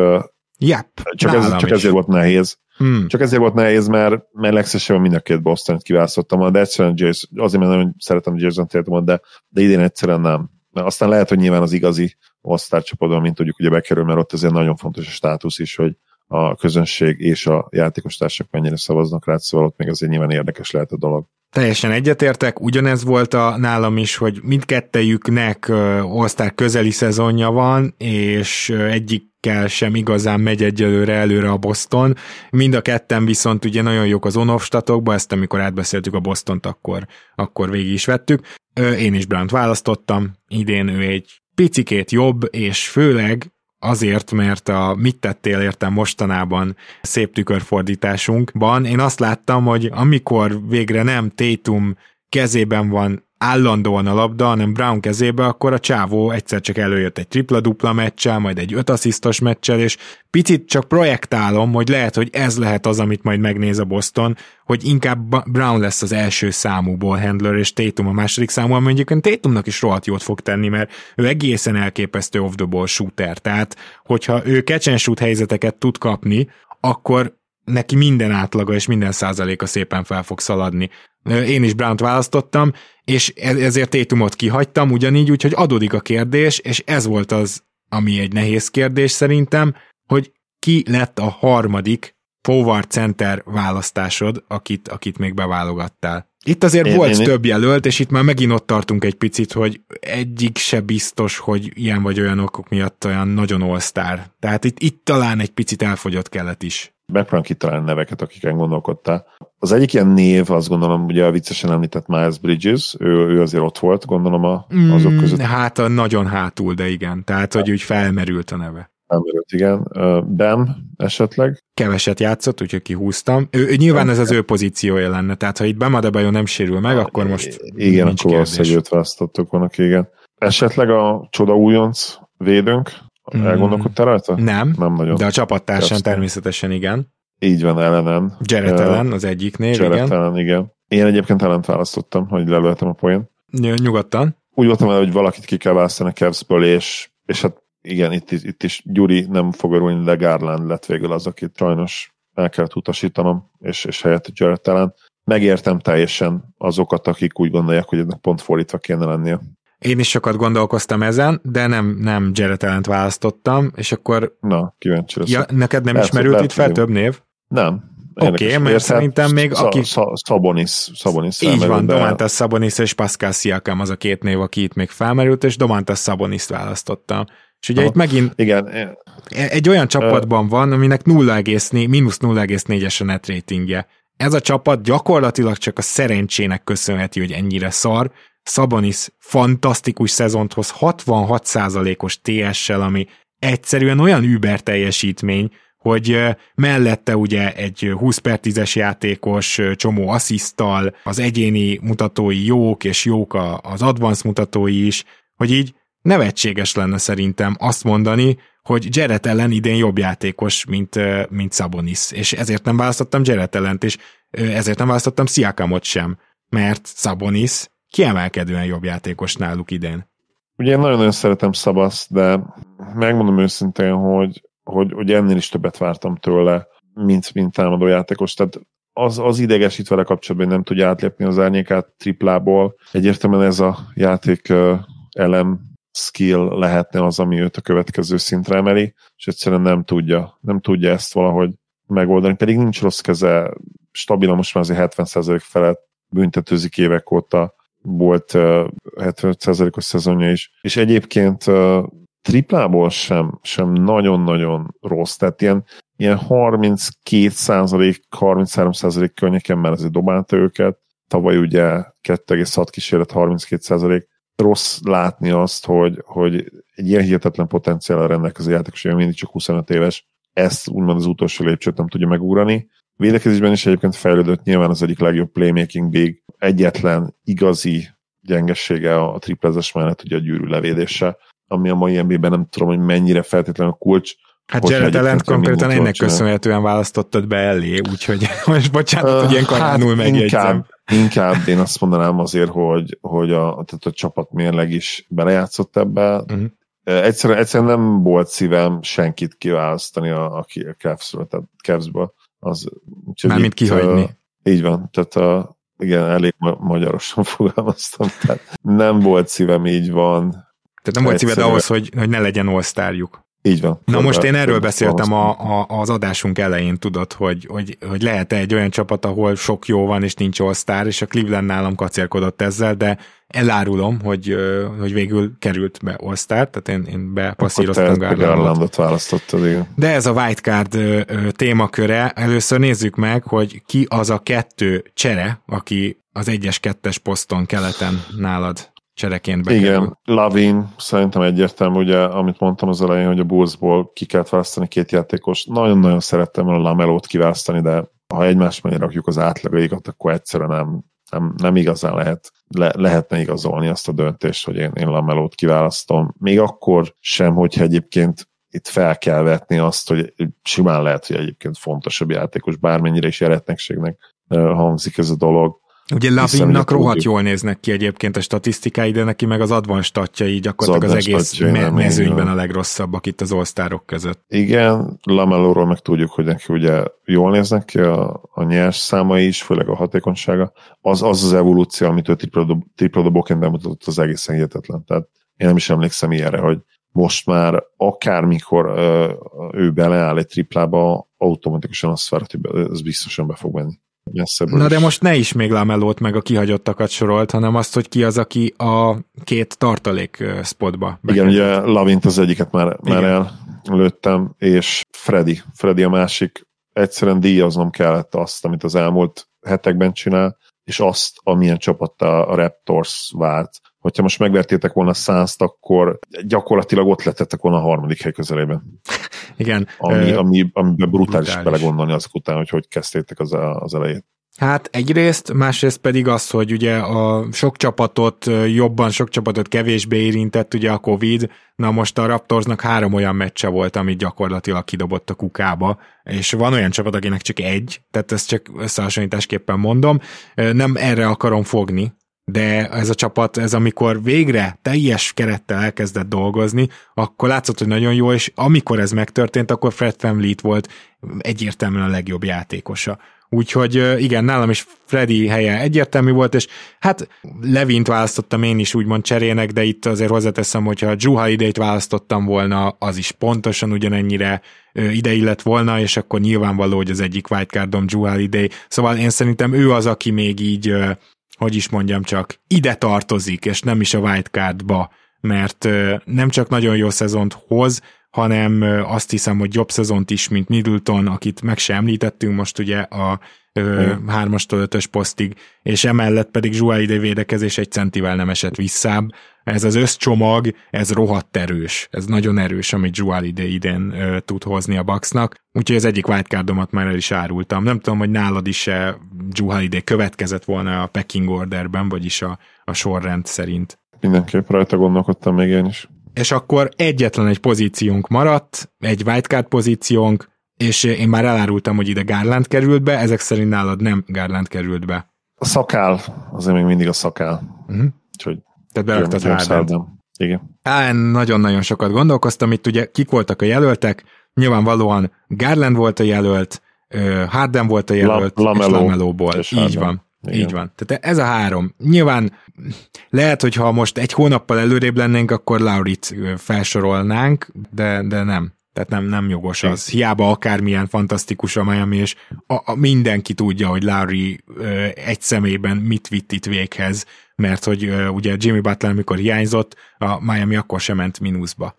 csak ezért volt nehéz. Csak ezért volt nehéz, mert legszesebben mind a két Boston-t kiválasztottam, de egyszerűen azért, mert nagyon szeretem Jason Tatumot, de idén egyszerűen nem. Aztán lehet, hogy nyilván az igazi All-Star csapatban, mint tudjuk, ugye bekerül, mert ott azért nagyon fontos a státusz is, hogy a közönség és a játékostársak mennyire szavaznak rá, szóval ott még azért nyilván érdekes lehet a dolog. Teljesen egyetértek, ugyanez volt nálam is, hogy mindkettejüknek All-Star közeli szezonja van, és egyikkel sem igazán megy előre a Boston. Mind a ketten viszont ugye nagyon jók az on-off statokba, ezt amikor átbeszéltük a Bostont, akkor végig is vettük. Én is Brownt választottam, idén ő egy picikét jobb, és főleg azért, mert mit tettél értem mostanában szép tükörfordításunkban, én azt láttam, hogy amikor végre nem Tatum kezében van állandóan a labda, hanem Brown kezébe, akkor a csávó egyszer csak előjött egy tripla-dupla meccsel, majd egy 5 asszisztos meccsel, és picit csak projektálom, hogy lehet, hogy ez lehet az, amit majd megnéz a Boston, hogy inkább Brown lesz az első számú ballhandler, és Tatum a második számú, ami mondjuk Tatumnak is rohadt jót fog tenni, mert ő egészen elképesztő off-the-ball shooter, tehát hogyha ő catch and shoot helyzeteket tud kapni, akkor neki minden átlaga és minden százaléka szépen fel fog szaladni. Én is Brownt választottam, és ezért Tatumot kihagytam ugyanígy, úgyhogy adódik a kérdés, és ez volt az, ami egy nehéz kérdés szerintem, hogy ki lett a harmadik forward center választásod, akit még beválogattál. Itt azért volt több jelölt, és itt már megint ott tartunk egy picit, hogy egyik se biztos, hogy ilyen vagy olyan okok miatt olyan nagyon all-star. Tehát itt talán egy picit elfogyott kelet is. Megpróbálom kitalálni neveket, akiken gondolkodtál. Az egyik ilyen név, azt gondolom, ugye a viccesen említett Miles Bridges, ő azért ott volt, gondolom azok között. Hát nagyon hátul, de igen. Tehát, hogy úgy felmerült a neve. Felmerült, igen. Bam esetleg? Keveset játszott, úgyhogy kihúztam. Ő nyilván ez az ő pozíciója lenne, tehát ha itt Bam Adebayo nem sérül meg, akkor most igen, akkor valószínűleg őt választottuk volna, igen. Esetleg a csoda újonc védőnk? Elgondolkodtál rajta? Nem nagyon. De a csapattársán Aztán. Természetesen igen. Így van, Allenen. Jarrett Allen az egyik név, Jarrett Allen, igen. Én egyébként Allent választottam, hogy lelőhetem a poén. Nyugodtan. Úgy voltam el, hogy valakit ki kell választani a Cavs-ből, és hát igen, itt is Gyuri nem fog örülni, de Garland lett végül az, akit sajnos el kellett utasítanom, és helyett Jarrett Allen. Megértem teljesen azokat, akik úgy gondolják, hogy ennek pont fordítva kéne lennie. Én is sokat gondolkoztam ezen, de nem Jarrett Allent választottam, és akkor... Na, kíváncsi leszek. Ja, neked nem ismerült itt fel több név? Nem. Oké, mert szerintem még aki... Szabonis így van, Domantas Szabonis és Pascal Siakam az a két név, aki itt még felmerült, és Domantas Szaboniszt választottam. És ugye itt megint igen. Egy olyan csapatban van, aminek mínusz 0,4-es a net ratingje. Ez a csapat gyakorlatilag csak a szerencsének köszönheti, hogy ennyire szar. Szabonis fantasztikus szezont hoz, 66%-os TS-sel, ami egyszerűen olyan über teljesítmény, hogy mellette ugye egy 20/10-es játékos, csomó assziszttal, az egyéni mutatói jók, és jók az advanced mutatói is, hogy így nevetséges lenne szerintem azt mondani, hogy Jarrett Allen idén jobb játékos, mint Szabonis, és ezért nem választottam Jarrett Allent, és ezért nem választottam Siakamot sem, mert Szabonis kiemelkedően jobb játékos náluk idén. Ugye én nagyon-nagyon szeretem Szabaszt, de megmondom őszintén, hogy ennél is többet vártam tőle, mint támadó játékos. Tehát az idegesít vele kapcsolatban, hogy nem tudja átlépni az árnyékát triplából. Egyértelműen ez a játék elem skill lehetne az, ami őt a következő szintre emeli, és egyszerűen nem tudja ezt valahogy megoldani. Pedig nincs rossz keze, stabilan most már azért 70% felett büntetőzik évek óta, volt 75%-os szezonja is, és egyébként triplából sem nagyon-nagyon rossz, tehát ilyen 32%, 33% környéken már azért dobálta őket, tavaly ugye 2,6 kísérlet, 32%. Rossz látni azt, hogy egy ilyen hihetetlen potenciállal rendelkező játékos, hogy mindig csak 25 éves, ezt úgymond az utolsó lépcsőt nem tudja megugrani. Védekezésben is egyébként fejlődött, nyilván az egyik legjobb playmaking big, egyetlen igazi gyengessége a triplezes mellett ugye a gyűrű levédése, ami a mai NBA-ben nem tudom, hogy mennyire feltétlenül kulcs. Hát Jarrett Allent konkrétan ennek köszönhetően választottad be elé, úgyhogy most bocsánat, hogy ilyen karánul megjegyzem. Inkább én azt mondanám azért, hogy a csapat mérleg is belejátszott ebbe. Uh-huh. Egyszerűen nem volt szívem senkit kiválasztani a Cavs-ből, tehát Cavs-ből. Mármint kihagyni. Így van, tehát igen, elég magyarosan fogalmaztam, tehát nem volt szívem, így van. Tehát nem volt szíved ahhoz, hogy ne legyen all-sztárjuk. Így van. Na most én erről beszéltem az adásunk elején, tudod, hogy lehet-e egy olyan csapat, ahol sok jó van, és nincs all-sztár, és a Cleveland nálam kacérkodott ezzel, de elárulom, hogy végül került be all-sztár, tehát én bepasszíroztam Garlandot választottad, igen. De ez a wildcard témaköre, először nézzük meg, hogy ki az a 2 csere, aki az 1-2-es poszton keleten nálad csereként bekerül. Igen, Lavin szerintem egyértelmű, ugye, amit mondtam az elején, hogy a Bullsból ki kellett választani 2 játékos. Nagyon-nagyon szerettem a Lamelót kiválasztani, de ha egymás mellé rakjuk az átlagaikat, akkor egyszerűen nem igazán lehetne igazolni azt a döntést, hogy én Lamelót kiválasztom. Még akkor sem, hogyha egyébként itt fel kell vetni azt, hogy simán lehet, hogy egyébként fontosabb játékos, bármennyire is eretnekségnek hangzik ez a dolog. Ugye Lavinnak rohadt jól néznek ki egyébként a statisztikái, de neki meg az advanced statjai gyakorlatilag az egész mezőnyben a legrosszabbak itt az all-sztárok között. Igen, Lamelóról meg tudjuk, hogy neki ugye jól néznek ki a nyers számai is, főleg a hatékonysága. Az evolúció, amit ő tripla-dobóként bemutatott, az egészen hihetetlen. Tehát én nem is emlékszem ilyenre, hogy most már akármikor ő beleáll egy triplába, automatikusan azt vár, hogy ez biztosan be fog menni. Na de most ne is még Lamelót meg a kihagyottakat sorolt, hanem azt, hogy ki az, aki a 2 tartalék spotba bekerül. Igen, ugye Lavint az egyiket már előttem, és Freddy a másik. Egyszerűen díjaznom kellett azt, amit az elmúlt hetekben csinál, és azt, amilyen csapatta a Raptors vált. Hogyha most megvertétek volna a Suns-t, akkor gyakorlatilag ott lettettek volna a 3. hely közelében. Igen. Amiben brutális belegondolni azok után, hogy kezdtétek az elejét. Hát egyrészt, másrészt pedig az, hogy ugye a sok csapatot kevésbé érintett ugye a Covid, na most a Raptorsnak 3 olyan meccse volt, amit gyakorlatilag kidobott a kukába, és van olyan csapat, akinek csak 1, tehát ezt csak összehasonlításképpen mondom, nem erre akarom fogni, de ez a csapat, ez amikor végre teljes kerettel elkezdett dolgozni, akkor látszott, hogy nagyon jó, és amikor ez megtörtént, akkor Fred VanVleet volt egyértelműen a legjobb játékosa. úgyhogy igen, nálam is Freddy helye egyértelmű volt, és hát Levint választottam én is úgymond cserének, de itt azért hozzáteszem, hogyha Jrue Holiday-t választottam volna, az is pontosan ugyanennyire ide illett volna, és akkor nyilvánvaló, hogy az egyik wildcardom Jrue Holiday, szóval én szerintem ő az, aki még így, hogy is mondjam csak, ide tartozik, és nem is a wildcardba, mert nem csak nagyon jó szezont hoz, hanem azt hiszem, hogy jobb szezont is, mint Middleton, akit meg se említettünk most ugye a 3-től 5-ös posztig, és emellett pedig Jrue Holiday védekezés egy centivel nem esett visszább. Ez az összcsomag, ez rohadt erős. Ez nagyon erős, amit Jrue Holiday idén tud hozni a Bucksnak. Úgyhogy az egyik wildcardomat már el is árultam. Nem tudom, hogy nálad is Jrue Holiday következett volna a pecking orderben, vagyis a sorrend szerint. Mindenképp rajta gondolkodtam még én is. És akkor egyetlen egy pozíciónk maradt, egy wildcard pozíciónk, és én már elárultam, hogy ide Garland került be, ezek szerint nálad nem Garland került be. A szakál, azért még mindig a szakál. Úgyhogy tehát beraktad Hardent. Igen. Nagyon-nagyon sokat gondolkoztam, itt ugye kik voltak a jelöltek, nyilvánvalóan Garland volt a jelölt, Harden volt a jelölt, és Lameloból. Így van. Igen. Így van. Tehát ez a 3. Nyilván lehet, hogy ha most egy hónappal előrébb lennénk, akkor Lowryt felsorolnánk, de nem. Tehát nem jogos az. Hiába akármilyen fantasztikus a Miami, és mindenki tudja, hogy Lowry egy személyben mit vitt itt véghez, mert hogy ugye Jimmy Butler, mikor hiányzott, a Miami akkor sem ment mínuszba,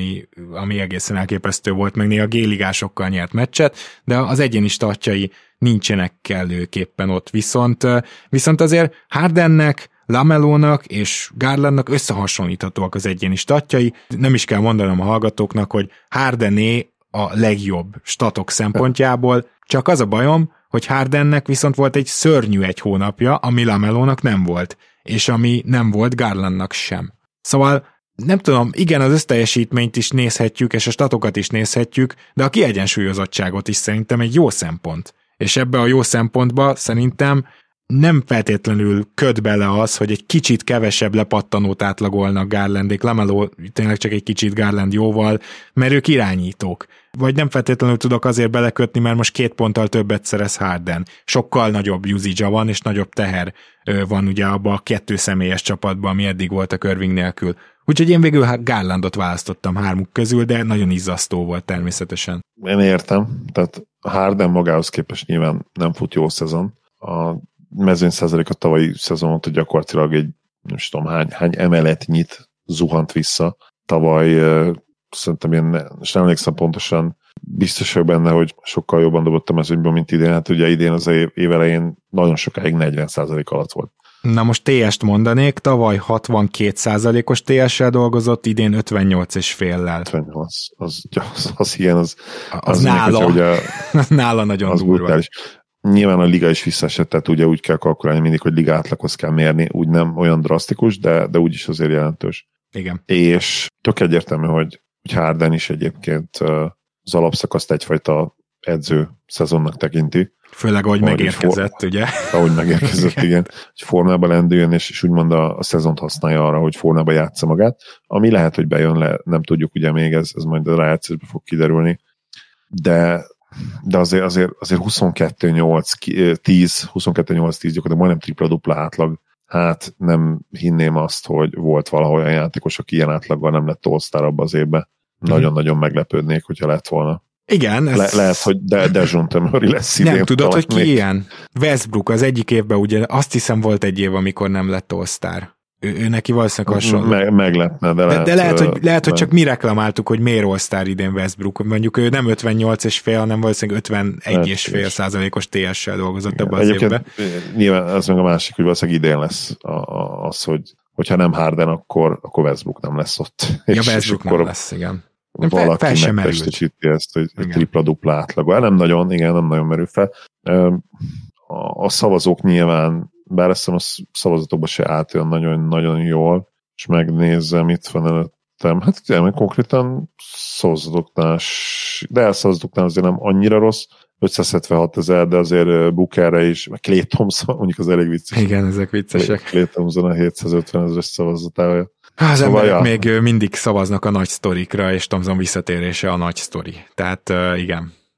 ami egészen elképesztő volt, meg néha G-ligásokkal nyert meccset, de az egyéni startjai nincsenek kellőképpen ott. Viszont azért Hardennek, Lamelónak és Garlandnak összehasonlíthatóak az egyéni statjai. Nem is kell mondanom a hallgatóknak, hogy Hardené a legjobb statok szempontjából, csak az a bajom, hogy Hardennek viszont volt egy szörnyű egy hónapja, ami Lamelónak nem volt, és ami nem volt Garlandnak sem. Szóval nem tudom, igen, az összteljesítményt is nézhetjük, és a statokat is nézhetjük, de a kiegyensúlyozottságot is szerintem egy jó szempont. És ebbe a jó szempontba szerintem nem feltétlenül köt bele az, hogy egy kicsit kevesebb lepattanót átlagolnak Garlandék, Lamelo tényleg csak egy kicsit Garland jóval, mert ők irányítók. Vagy nem feltétlenül tudok azért belekötni, mert most 2 ponttal többet szerez Harden. Sokkal nagyobb usage van, és nagyobb teher van ugye abban a 2 személyes csapatban, ami eddig volt a Irving nélkül. Úgyhogy én végül Garlandot választottam 3 közül, de nagyon izzasztó volt természetesen. Én értem, tehát Harden magához képest nyilván nem fut jó szezon. A mezőny százalék a tavalyi szezonon, hogy gyakorlatilag egy, nem tudom hány emeletnyit zuhant vissza. Tavaly szerintem én nem emlékszem pontosan, biztos vagyok benne, hogy sokkal jobban dobott a mezőnyből, mint idén. Hát ugye idén az év elején nagyon sokáig 40% alatt volt. Na most TS-t mondanék, tavaly 62%-os TS-sel dolgozott, idén 58,5-lel. 58, az igen, az nála, ugye, nála nagyon durva. Brutális. Nyilván a liga is visszaesett, tehát ugye úgy kell kalkulálni mindig, hogy liga átlaghoz kell mérni, úgy nem olyan drasztikus, de úgy is azért jelentős. Igen. És tök egyértelmű, hogy Harden is egyébként az alapszakaszt egyfajta edző szezonnak tekinti. Főleg, ahogy megérkezett, ugye? Ahogy megérkezett, igen. Hogy formába lendüljön, és úgymond a szezont használja arra, hogy formába játsza magát. Ami lehet, hogy bejön le, nem tudjuk ugye még, ez majd a rájátszásban fog kiderülni. De azért 22-8-10 gyakorlatilag majdnem tripla-dupla átlag. Hát nem hinném azt, hogy volt valahol olyan játékos, aki ilyen átlaggal nem lett all-star abba az évben. Nagyon-nagyon meglepődnék, hogyha lett volna. Igen. Lehet, hogy Dejounte Murray lesz idén. Nem tudod, hogy ki még ilyen? Westbrook az egyik évben ugye azt hiszem volt egy év, amikor nem lett all-star. Ő neki valószínűleg hasonló. Meglepne, de lehet, hogy csak mi reklamáltuk, hogy miért all-star idén Westbrook. Mondjuk ő nem 58,5, hanem valószínűleg 51,5%-os TS-sel dolgozott ebben az évben. Nyilván ez meg a másik, hogy valószínűleg idén lesz az, hogyha nem Harden, akkor Westbrook nem lesz ott. Ja, Westbrook nem lesz, igen. Valaki megtestesíti ezt, hogy tripla-dupla átlagban. Nem nagyon merül fel. A szavazók nyilván, bár ezt a szavazatokban se állt olyan nagyon-nagyon jól, és megnézem, itt van előttem. Hát ugye, konkrétan szavazatoknál, de elszavazatoknál azért nem annyira rossz, 576 000, de azért Bookerre is, meg Klay Thompson, mondjuk az elég vicces. Igen, ezek viccesek. Klay Thompson a 750 000 szavazatája. Az emberek még mindig szavaznak a nagy sztorikra, és Thompson visszatérése a nagy sztori. Tehát igen,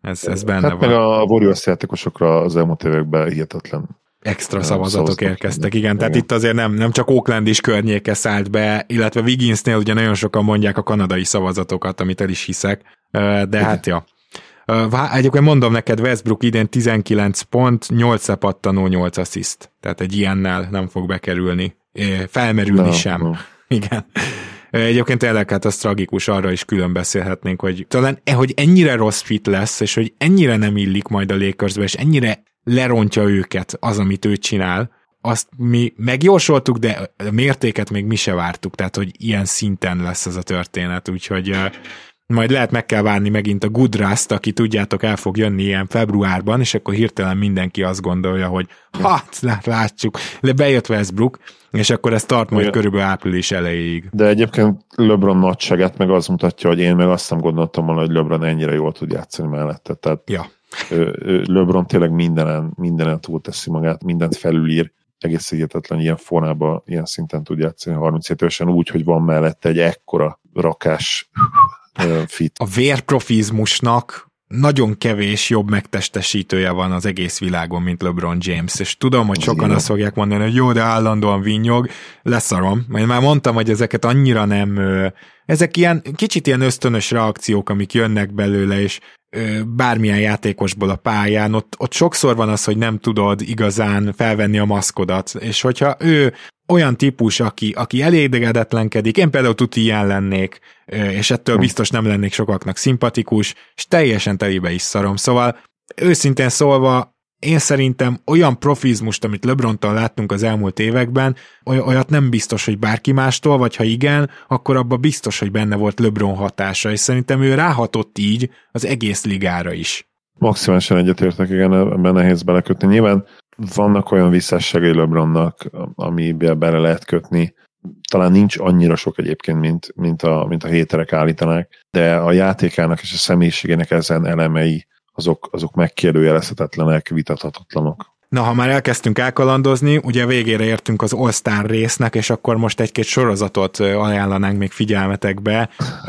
Ez benne hát van. meg a Warriors játékosokra az elmúlt években hihetetlen Extra szavazatok érkeztek, igen. Tehát itt azért nem csak Oakland is környéke szállt be, illetve Wigginsnél ugye nagyon sokan mondják a kanadai szavazatokat, amit el is hiszek, de hát ja. Egyébként mondom neked, Westbrook idén 19 pont, 8 lepattanó, 8 assziszt. Tehát egy ilyennel nem fog bekerülni. Felmerülni sem. Igen. Egyébként tényleg hát az tragikus, arra is külön beszélhetnénk, hogy talán hogy ennyire rossz fit lesz, és hogy ennyire nem illik majd a Lakersbe, és ennyire lerontja őket az, amit ő csinál, azt mi megjósoltuk, de a mértéket még mi se vártuk, tehát hogy ilyen szinten lesz ez a történet, úgyhogy majd lehet meg kell várni megint a Goodrast, aki tudjátok el fog jönni ilyen februárban, és akkor hirtelen mindenki azt gondolja, hogy hát látjuk, bejött Westbrook, és akkor ez tart majd körülbelül április elejéig. De egyébként LeBron nagyságát meg az mutatja, hogy én meg azt nem gondoltam volna, hogy LeBron ennyire jól tud játszani mellette. Tehát ja. LeBron tényleg mindenen túlteszi magát, mindent felülír, egész hihetetlen ilyen formában, ilyen szinten tud játszani 37 évesen úgy, hogy van mellette egy ekkora rakás fit. A vérprofizmusnak nagyon kevés jobb megtestesítője van az egész világon, mint LeBron James, és tudom, hogy sokan azt fogják mondani, hogy jó, de állandóan vinnyog, leszarom. Én már mondtam, hogy ezeket annyira nem... Ezek kicsit ilyen ösztönös reakciók, amik jönnek belőle, és bármilyen játékosból a pályán, ott sokszor van az, hogy nem tudod igazán felvenni a maszkodat, és hogyha ő olyan típus, aki elégedetlenkedik, én például tuti ilyen lennék, és ettől biztos nem lennék sokaknak szimpatikus, és teljesen telibe is szarom. Szóval őszintén szólva, én szerintem olyan profizmust, amit LeBrontól láttunk az elmúlt években, olyat nem biztos, hogy bárki mástól, vagy ha igen, akkor abban biztos, hogy benne volt LeBron hatása, és szerintem ő ráhatott így az egész ligára is. Maximálisan egyetértek, igen, ebben nehéz belekötni. Nyilván vannak olyan visszásságai LeBronnak, amiben bele lehet kötni. Talán nincs annyira sok egyébként, mint a héterek állítanák, de a játékának és a személyiségének ezen elemei azok megkérdőjelezhetetlenek, vitathatatlanok. Na, ha már elkezdtünk elkalandozni, ugye végére értünk az All-Star résznek, és akkor most egy-két sorozatot ajánlanánk még figyelmetekbe.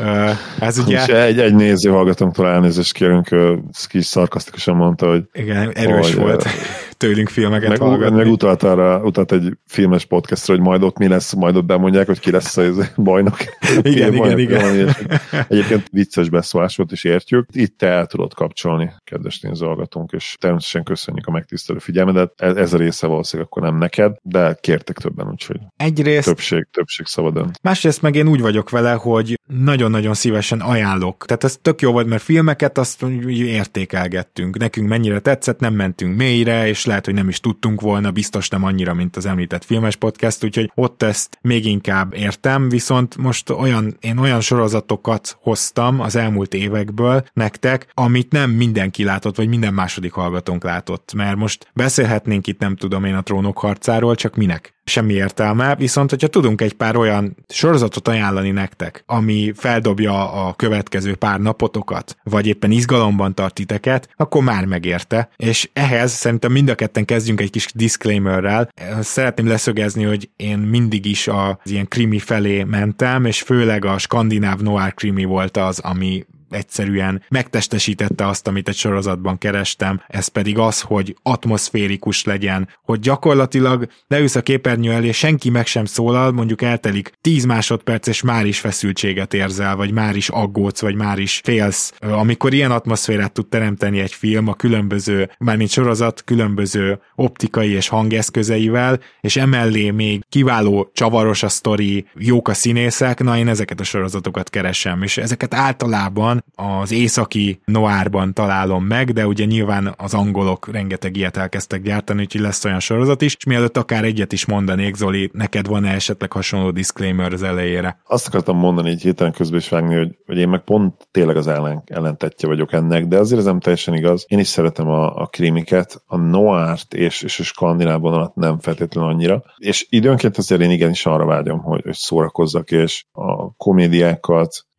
Ez ugye... Egy néző hallgatónktól elnézést kérünk, kis szarkasztikusan mondta, hogy... Igen, erős volt tőlünk filmeket hallgatni. Meg utalt egy filmes podcastra, hogy majd ott mi lesz, majd ott bemondják, hogy ki lesz a bajnok. Igen. Egyébként vicces beszólás volt, és értjük. Itt te el tudod kapcsolni, kedves néző hallgatónk, és természetesen köszönjük a megtisztelő figyelmet. Ez a része valószínűleg akkor nem neked, de kértek többen, úgyhogy egyrészt többség szabadon. Másrészt meg én úgy vagyok vele, hogy nagyon-nagyon szívesen ajánlok. Tehát ez tök jó volt, mert filmeket azt értékelgettünk. Nekünk mennyire tetszett, nem mentünk mélyre, és lehet, hogy nem is tudtunk volna, biztos nem annyira, mint az említett filmes podcast, úgyhogy ott ezt még inkább értem, viszont most én olyan sorozatokat hoztam az elmúlt évekből nektek, amit nem mindenki látott, vagy minden második hallgatónk látott, mert most beszélhetnénk itt, nem tudom én, a Trónok harcáról, csak minek? Semmi értelme, viszont hogyha tudunk egy pár olyan sorozatot ajánlani nektek, ami feldobja a következő pár napotokat, vagy éppen izgalomban tart titeket, akkor már megérte. És ehhez szerintem mind a ketten kezdjünk egy kis disclaimerrel. Szeretném leszögezni, hogy én mindig is az ilyen krimi felé mentem, és főleg a skandináv noir krimi volt az, ami egyszerűen megtestesítette azt, amit egy sorozatban kerestem, ez pedig az, hogy atmoszférikus legyen, hogy gyakorlatilag leülsz a képernyő elé, senki meg sem szólal, mondjuk eltelik 10 másodperc, és már is feszültséget érzel, vagy már is aggódsz, vagy már is félsz. Amikor ilyen atmoszférát tud teremteni egy film a különböző, mármint sorozat, különböző optikai és hangeszközeivel, és emellé még kiváló csavaros a sztori, jók a színészek, na én ezeket a sorozatokat keresem, és ezeket általában az északi noárban találom meg, de ugye nyilván az angolok rengeteg ilyet elkezdtek gyártani, úgyhogy lesz olyan sorozat is, és mielőtt akár egyet is mondanék, Zoli, neked van-e esetleg hasonló disclaimer az elejére? Azt akartam mondani így héten közben is vágni, hogy én meg pont tényleg az ellentettje vagyok ennek, de azért ez nem teljesen igaz. Én is szeretem a krimiket, a noárt és a skandináv vonalat nem feltétlenül annyira, és időnként azért én igenis arra vágyom, hogy szórakozzak, és a komédiákat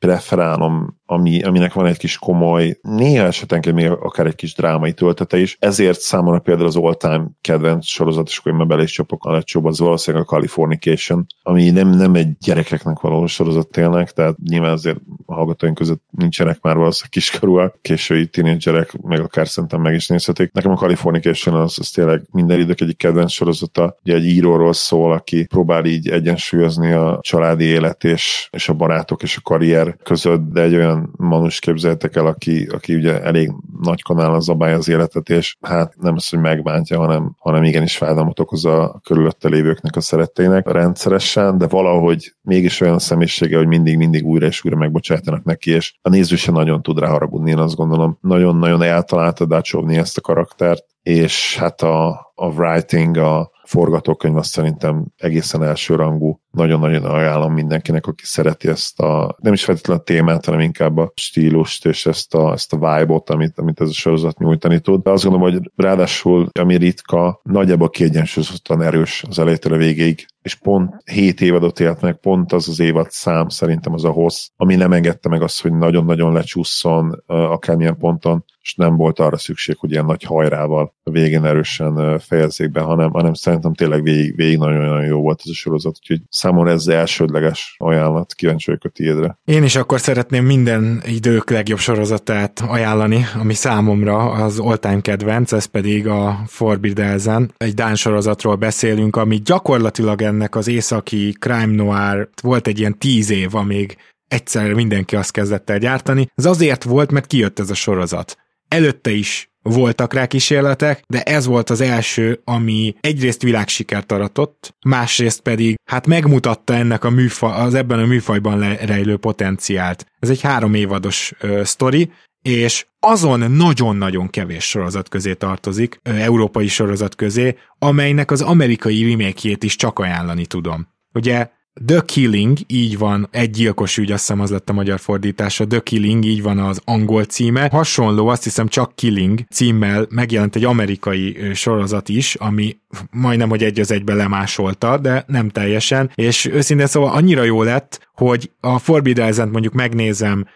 preferálom, aminek van egy kis komoly, néha esetenként még akár egy kis drámai töltete is. Ezért számomra például az all-time kedvenc sorozat, és akkor én bele is csapok a lecsóba, az valószínűleg a Californication, ami nem egy gyerekeknek való sorozat tényleg, tehát nyilván azért a hallgatóink között nincsenek már valószínűleg kiskorúak, késői tínédzserek, meg akár szerintem meg is nézhetik. Nekem a Californication az tényleg minden idők egyik kedvenc sorozata, ugye egy íróról szól, aki próbál így egyensúlyozni a családi élet és a barátok és a karrier között, de egy olyan manus képzeljétek el, aki ugye elég nagy kanállal zabálja az életet, és hát nem az, hogy megbántja, hanem igenis fájdalmat okoz a körülötte lévőknek, a szerettének rendszeresen, de valahogy mégis olyan személyisége, hogy mindig újra és újra megbocsájtanak neki, és a néző sem nagyon tud rá haragudni, én azt gondolom. Nagyon-nagyon eltalálta Duchovny ezt a karaktert, és hát a writing, a forgatókönyv azt szerintem egészen elsőrangú. Nagyon-nagyon ajánlom mindenkinek, aki szereti ezt nem is feltétlenül a témát, hanem inkább a stílust és ezt a vibe-ot, amit ez a sorozat nyújtani tud. De azt gondolom, hogy ráadásul, ami ritka, nagyjából kiegyensúlyozottan erős az elejétől a végéig, és pont 7 évadot élt meg, pont az évad szám szerintem az a hossz, ami nem engedte meg azt, hogy nagyon-nagyon lecsúszson akármilyen ponton, és nem volt arra szükség, hogy ilyen nagy hajrával a végén erősen fejezzék be, hanem szerintem tényleg végig nagyon-nagyon jó volt ez a sorozat, úgyhogy számomra ez az elsődleges ajánlat, kíváncsi vagyok a tiédre. Én is akkor szeretném minden idők legjobb sorozatát ajánlani, ami számomra az all-time kedvenc, ez pedig a Forbidden. Egy dán sorozatról beszélünk, ami gyakorlatilag ennek az északi crime noir volt egy ilyen 10 év, amíg egyszerre mindenki azt kezdett el gyártani. Ez azért volt, mert kijött ez a sorozat. Előtte is voltak rá kísérletek, de ez volt az első, ami egyrészt világsikert aratott, másrészt pedig hát megmutatta ennek az ebben a műfajban rejlő potenciált. Ez egy 3 évados sztori, és azon nagyon-nagyon kevés sorozat közé tartozik, európai sorozat közé, amelynek az amerikai remake-jét is csak ajánlani tudom. Ugye The Killing, így van, egy gyilkos ügy, azt hiszem az lett a magyar fordítása, The Killing, így van az angol címe. Hasonló, azt hiszem csak Killing címmel megjelent egy amerikai sorozat is, ami majdnem, hogy egy az egybe lemásolta, de nem teljesen, és őszintén szóval annyira jó lett, hogy a Forbidden mondjuk megnézem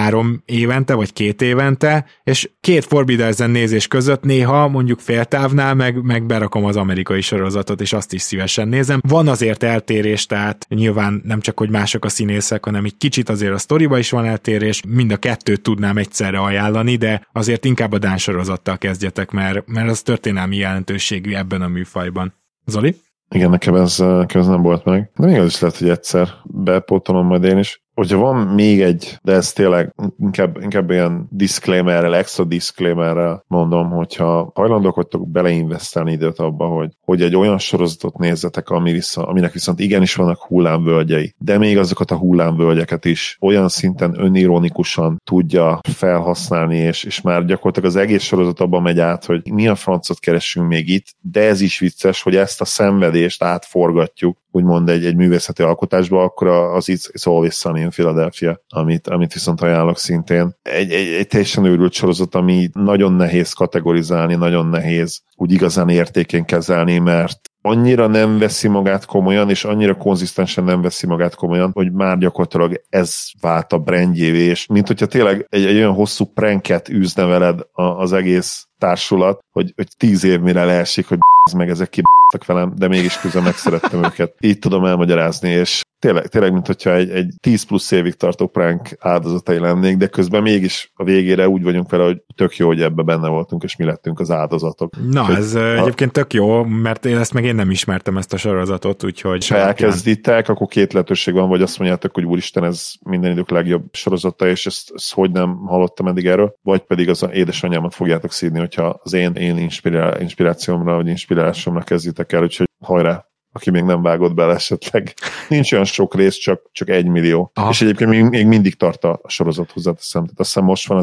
3 évente, vagy 2 évente, és 2 Forbidden nézés között néha mondjuk féltávnál meg berakom az amerikai sorozatot, és azt is szívesen nézem. Van azért eltérés, tehát nyilván nem csak, hogy mások a színészek, hanem egy kicsit azért a sztoriba is van eltérés, mind a 2 tudnám egyszerre ajánlani, de azért inkább a dán sorozattal kezdjetek, mert az történelmi jelentőségű ebben a műfajban. Zoli? Igen, nekem ez nem volt meg. De még az is lehet, hogy egyszer bepótolom majd én is. Hogyha van még egy, de ez tényleg inkább ilyen disclaimerrel, extra disclaimerrel mondom, hogyha hajlandók vagytok beleinvestálni időt abba, hogy egy olyan sorozatot nézzetek, aminek viszont igenis vannak hullámvölgyei, de még azokat a hullámvölgyeket is olyan szinten önironikusan tudja felhasználni, és már gyakorlatilag az egész sorozat abban megy át, hogy mi a francot keresünk még itt, de ez is vicces, hogy ezt a szenvedést átforgatjuk, úgymond egy művészeti alkotásba, akkor az It's Always Sunny in Philadelphia, amit viszont ajánlok szintén. Egy teljesen őrült sorozat, ami nagyon nehéz kategorizálni, nagyon nehéz úgy igazán értékén kezelni, mert annyira nem veszi magát komolyan, és annyira konzisztensen nem veszi magát komolyan, hogy már gyakorlatilag ez vált a brandjévé, és mint hogyha tényleg egy olyan hosszú pranket űzne veled az egész társulat, hogy 10 év mire leesik, hogy meg ezek velem, de mégis közben megszerettem őket. Így tudom elmagyarázni, és tényleg mint hogyha egy 10 plusz évig tartó prank áldozatai lennénk, de közben mégis a végére úgy vagyunk vele, hogy tök jó, hogy ebbe benne voltunk, és mi lettünk az áldozatok. Na, ez egyébként tök jó, mert én nem ismertem ezt a sorozatot, úgyhogy... Ha elkezditek, akkor 2 lehetőség van, vagy azt mondjátok, hogy úristen, ez minden idők legjobb sorozata, és ezt hogy nem hallottam eddig erről, vagy pedig az édesanyámat fogjátok szídni, hogyha az én inspirációmra, vagy inspirálásomra kezditek el, úgyhogy hajrá! Aki még nem vágott bele esetleg. Nincs olyan sok rész, csak 1 millió. Aha. És egyébként még mindig tart a sorozat, hozzáteszem. Tehát azt hiszem most van a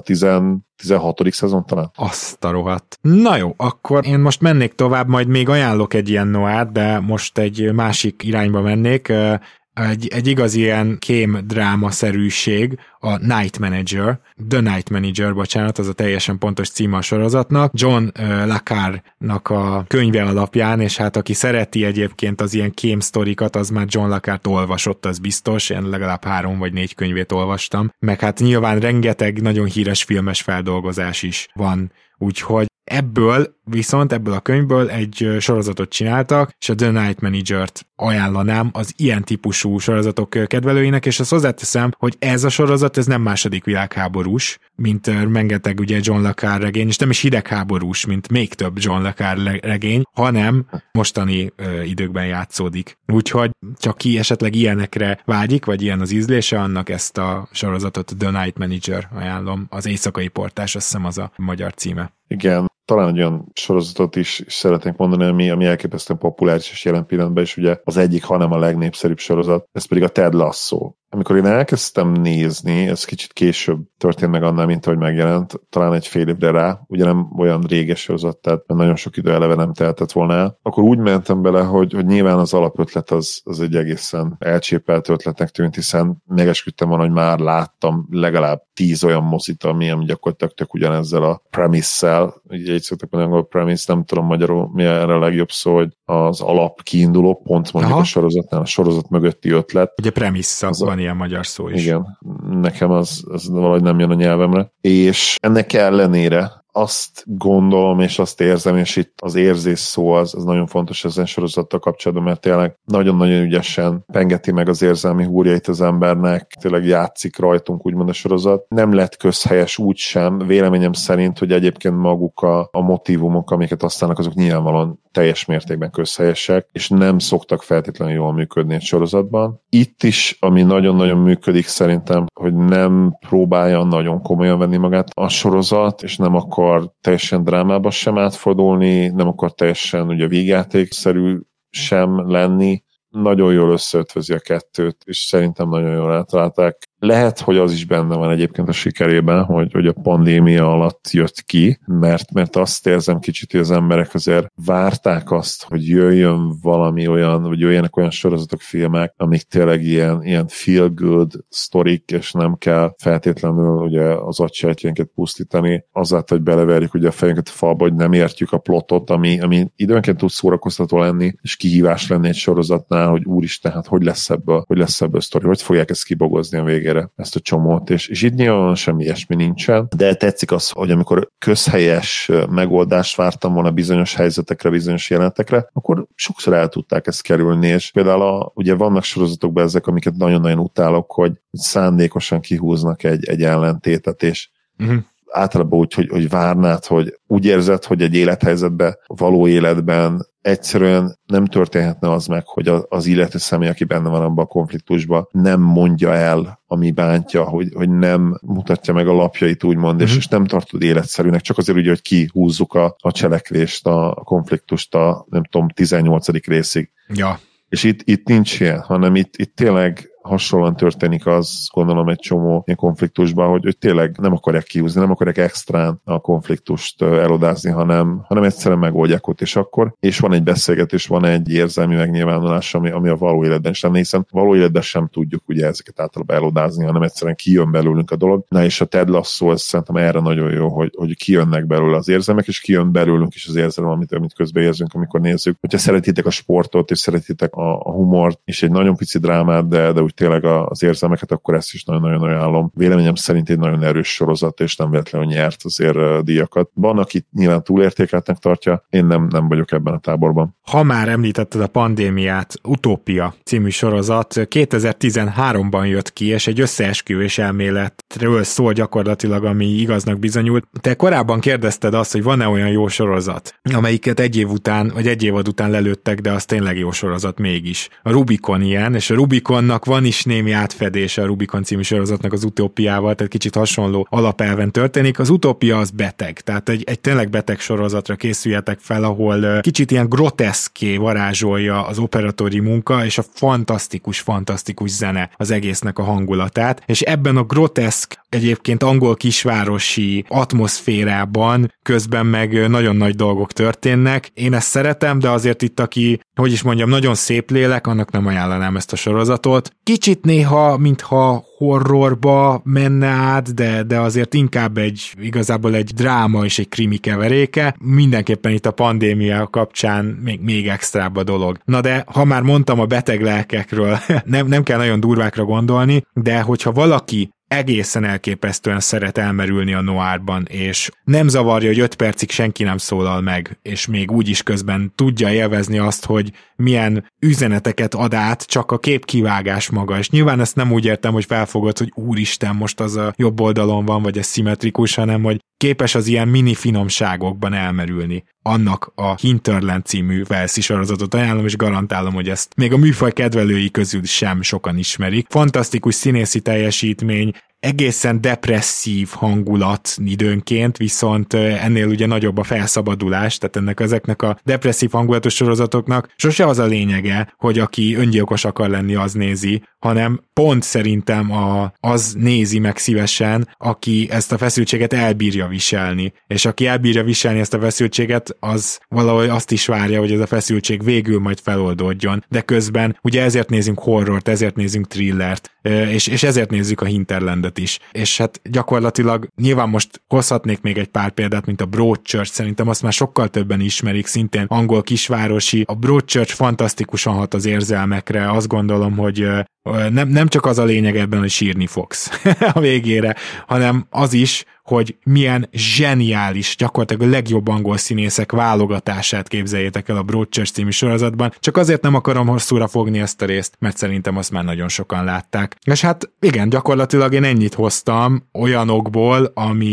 16. szezon talán. Azt a rohadt. Na jó, akkor én most mennék tovább, majd még ajánlok egy ilyen noát, de most egy másik irányba mennék. egy igazi ilyen kém-dráma-szerűség, a The Night Manager, bocsánat, az a teljesen pontos címe a sorozatnak, John le Carre-nak a könyve alapján, és hát aki szereti egyébként az ilyen kém sztorikat, az már John le Carre-t olvasott, az biztos, én legalább 3 vagy 4 könyvét olvastam, meg hát nyilván rengeteg nagyon híres filmes feldolgozás is van, úgyhogy ebből a könyvből egy sorozatot csináltak, és a The Night Manager-t ajánlanám az ilyen típusú sorozatok kedvelőinek, és azt hozzáteszem, hogy ez a sorozat, ez nem második világháborús, mint rengeteg ugye John le Carre regény, és nem is hidegháborús, mint még több John le Carre regény, hanem mostani időkben játszódik. Úgyhogy csak ki esetleg ilyenekre vágyik, vagy ilyen az ízlése, annak ezt a sorozatot, The Night Manager ajánlom. Az Éjszakai Portás, azt hiszem az a magyar címe. Igen, talán egy olyan sorozatot is szeretnénk mondani, ami elképesztően populáris és jelen pillanatban is ugye az egyik, hanem a legnépszerűbb sorozat, ez pedig a Ted Lasso. Amikor én elkezdtem nézni, ez kicsit később történt meg annál, mint ahogy megjelent, talán egy fél évre rá, ugye nem olyan réges sorozat, tehát nagyon sok idő eleve nem teltett volna el, akkor úgy mentem bele, hogy nyilván az alapötlet az egy egészen elcsépelt ötletnek tűnt, hiszen megesküdtem volna, hogy már láttam legalább 10 olyan mozit, ami gyakorlatilag tök ugyanezzel a premise-szel, ugye így szoktak mondani, a premise, nem tudom magyarul mi erre a legjobb szó, hogy az alap kiinduló pont mondjuk a sorozatnál, a sorozat mögötti ötlet. Ugye premissa, van ilyen magyar szó is. Igen, nekem az valahogy nem jön a nyelvemre. És ennek ellenére azt gondolom, és azt érzem, és itt az érzés szó az nagyon fontos ezen sorozattal kapcsolatban, mert tényleg nagyon-nagyon ügyesen pengeti meg az érzelmi húrjait az embernek, tényleg játszik rajtunk, úgymond a sorozat. Nem lett közhelyes úgy sem, véleményem szerint, hogy egyébként maguk a motívumok, amiket használnak, azok nyilvánvalóan teljes mértékben közhelyesek, és nem szoktak feltétlenül jól működni egy sorozatban. Itt is, ami nagyon-nagyon működik szerintem, hogy nem próbálja nagyon komolyan venni magát a sorozat, és nem akar teljesen drámába sem átfordulni, nem akar teljesen ugye vígjátékszerű sem lenni. Nagyon jól összeötvözi a kettőt, és szerintem nagyon jól átalálták. Lehet, hogy az is benne van egyébként a sikerében, hogy a pandémia alatt jött ki, mert azt érzem kicsit, hogy az emberek azért várták azt, hogy jöjjön valami olyan, vagy jöjjenek olyan sorozatok, filmek, amik tényleg ilyen feel good sztorik, és nem kell feltétlenül ugye az agysejtjénket pusztítani, azáltal, hogy beleverjük ugye a fejünket a falba, hogy nem értjük a plotot, ami időnként tud szórakoztató lenni, és kihívás lenni egy sorozatnál, hogy úristen, hát hogy lesz ebből sztori, hogy fogják ezt kibogozni a végére, ezt a csomót, és itt nyilván semmi ilyesmi nincsen, de tetszik az, hogy amikor közhelyes megoldást vártam volna bizonyos helyzetekre, bizonyos jelenetekre, akkor sokszor el tudták ezt kerülni, és például ugye vannak sorozatokban ezek, amiket nagyon-nagyon utálok, hogy szándékosan kihúznak egy ellentétet, és általában úgy, hogy várnád, hogy úgy érzed, hogy egy élethelyzetben, való életben egyszerűen nem történhetne az meg, hogy az illető személy, aki benne van abban a konfliktusban, nem mondja el, ami bántja, hogy nem mutatja meg a lapjait, úgymond, és nem tartod életszerűnek, csak azért ugye, hogy kihúzzuk a cselekvést, a konfliktust nem tudom, 18. részig. Ja. És itt nincs ilyen, hanem itt tényleg hasonlóan történik az, gondolom egy csomó ilyen konfliktusban, hogy tényleg nem akarják kihúzni, nem akarják extrán a konfliktust elodázni, hanem egyszerűen megoldják ott és akkor, és van egy beszélgetés, van egy érzelmi megnyilvánulás, ami a való életben is lenne, hiszen való életben sem tudjuk ugye ezeket általában elodázni, hanem egyszerűen kijön belőlünk a dolog. Na és a Ted Lasso, ez szerintem erre nagyon jó, hogy kijönnek belőle az érzelmek, és kijön belőlünk is az érzelem, amit közben érzünk, amikor nézzük. Hogyha szeretitek a sportot, és szeretitek a humort, és egy nagyon pici drámát, de úgy tényleg az érzelmeket, akkor ezt is nagyon-nagyon ajánlom. Véleményem szerint egy nagyon erős sorozat, és nem véletlenül nyert azért díjakat. Van, aki nyilván túlértékeltnek tartja, én nem vagyok ebben a táborban. Ha már említetted a pandémiát, Utópia című sorozat 2013-ban jött ki, és egy összeesküvés elméletről szól gyakorlatilag, ami igaznak bizonyult. Te korábban kérdezted azt, hogy van-e olyan jó sorozat, amelyiket egy év után, vagy egy évad után lelőttek, de az tényleg jó sorozat mégis. A Rubicon ilyen, és a Rubiconnak van is némi átfedés a Rubicon című sorozatnak az Utópiával, tehát kicsit hasonló alapelven történik. Az Utópia az beteg, tehát egy tényleg beteg sorozatra készüljetek fel, ahol kicsit ilyen groteszké varázsolja az operatóri munka és a fantasztikus zene az egésznek a hangulatát, és ebben a groteszk, egyébként angol kisvárosi atmoszférában közben meg nagyon nagy dolgok történnek. Én ezt szeretem, de azért itt, aki, hogy is mondjam, nagyon szép lélek, annak nem ajánlanám ezt a sorozatot. Kicsit néha, mintha horrorba menne át, de azért inkább igazából egy dráma és egy krimi keveréke. Mindenképpen itt a pandémia kapcsán még extrább a dolog. Na de, ha már mondtam a beteg lelkekről, nem kell nagyon durvákra gondolni, de hogyha valaki egészen elképesztően szeret elmerülni a noárban, és nem zavarja, hogy 5 percig senki nem szólal meg, és még úgyis közben tudja élvezni azt, hogy milyen üzeneteket ad át csak a képkivágás maga, és nyilván ezt nem úgy értem, hogy felfogod, hogy úristen, most az a jobb oldalon van, vagy ez szimmetrikus, hanem hogy képes az ilyen mini finomságokban elmerülni. Annak a Hinterland című Walesi sorozatot ajánlom, és garantálom, hogy ezt még a műfaj kedvelői közül sem sokan ismerik. Fantasztikus színészi teljesítmény, egészen depresszív hangulat időnként, viszont ennél ugye nagyobb a felszabadulás, tehát ezeknek a depresszív hangulatos sorozatoknak sose az a lényege, hogy aki öngyilkos akar lenni, az nézi, hanem pont szerintem az nézi meg szívesen, aki ezt a feszültséget elbírja viselni. És aki elbírja viselni ezt a feszültséget, az valahogy azt is várja, hogy ez a feszültség végül majd feloldódjon. De közben ugye ezért nézünk horrort, ezért nézünk thrillert, és ezért nézzük a Hinterlandet is. És hát gyakorlatilag nyilván most hozhatnék még egy pár példát, mint a Broadchurch, szerintem azt már sokkal többen ismerik, szintén angol kisvárosi. A Broadchurch fantasztikusan hat az érzelmekre, azt gondolom, hogy nem csak az a lényeg ebben, hogy sírni fogsz a végére, hanem az is, hogy milyen zseniális, gyakorlatilag a legjobb angol színészek válogatását képzeljétek el a Broadchurch című sorozatban. Csak azért nem akarom hosszúra fogni ezt a részt, mert szerintem azt már nagyon sokan látták. És hát igen, gyakorlatilag én ennyit hoztam olyanokból,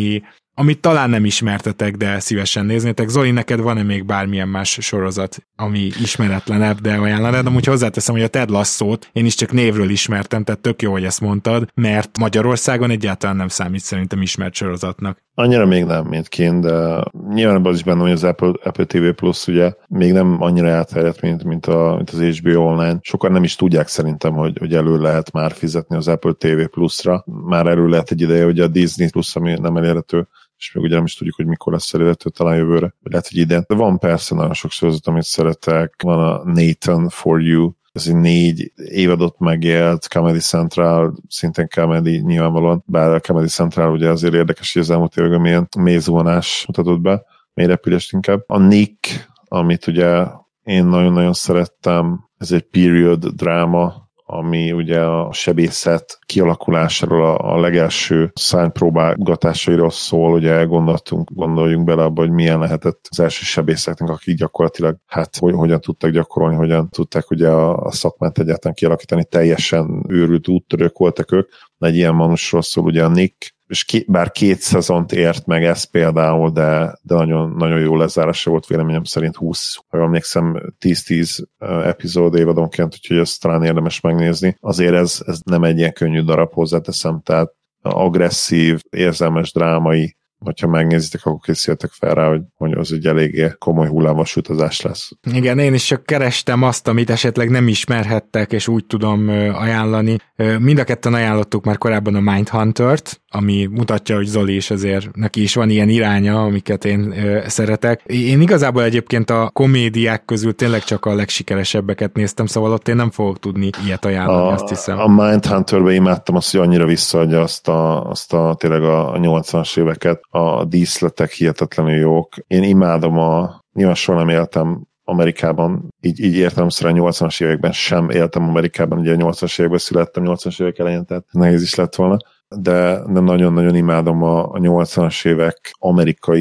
amit talán nem ismertetek, de szívesen néznétek. Zoli, neked van-e még bármilyen más sorozat, ami ismeretlenebb, de ajánlanád? Amúgy hozzáteszem, hogy a Ted Lasso-t én is csak névről ismertem, tehát tök jó, hogy ezt mondtad, mert Magyarországon egyáltalán nem számít szerintem ismert sorozatnak. Annyira még nem, mint kint, de nyilván abban is benne, hogy az Apple TV Plus ugye még nem annyira elterjedt, mint az HBO Online. Sokan nem is tudják szerintem, hogy elő lehet már fizetni az Apple TV Plus-ra. Már elő lehet egy ideje, hogy a Disney Plus, ami nem elérhető, és még ugye nem is tudjuk, hogy mikor lesz elérhető, talán jövőre, vagy lehet, hogy idén. De van persze nagyon sok sorozat, amit szeretek. Van a Nathan For You, ez egy 4 évadot megélt, Comedy Central, szintén comedy nyilvánvalóan, bár a Comedy Central ugye azért érdekes, hogy az elmúlt években milyen mélyzuhanás mutatott be, mélyrepülést inkább. A Nick, amit ugye én nagyon-nagyon szerettem, ez egy period dráma, ami ugye a sebészet kialakulásáról a legelső szárnypróbálgatásairól szól, ugye gondoljunk bele abba, hogy milyen lehetett az első sebészeknek, akik gyakorlatilag, hát hogyan tudtak gyakorolni, hogyan tudták ugye a szakmát egyáltalán kialakítani, teljesen őrült úttörők voltak ők. Egy ilyen manusról szól ugye a Nick, és bár 2 szezont ért meg ez például, de nagyon, nagyon jó lezárása volt véleményem szerint 20, ha jól emlékszem, 10-10 epizód évadonként, úgyhogy ezt talán érdemes megnézni. Azért ez nem egy ilyen könnyű darab, hozzáteszem, tehát agresszív, érzelmes, drámai, hogyha megnézitek, akkor készüljetek fel rá, hogy az egy eléggé komoly hullámos utazás lesz. Igen, én is csak kerestem azt, amit esetleg nem ismerhettek, és úgy tudom ajánlani. Mind a ketten ajánlottuk már korábban a Mindhuntert, ami mutatja, hogy Zoli is azért, neki is van ilyen iránya, amiket én szeretek. Én igazából egyébként a komédiák közül tényleg csak a legsikeresebbeket néztem, szóval ott én nem fogok tudni ilyet ajánlani, azt hiszem. A Mindhunterbe imádtam azt, hogy annyira visszaadja azt a tényleg a 80-as éveket, a díszletek hihetetlenül jók. Én imádom nyilván soha nem éltem Amerikában, így értelemszerűen a 80-as években sem éltem Amerikában, ugye a 80-as években születtem, 80-as évek elején, tehát nehéz is lett volna, de nagyon-nagyon imádom a 80-as évek amerikai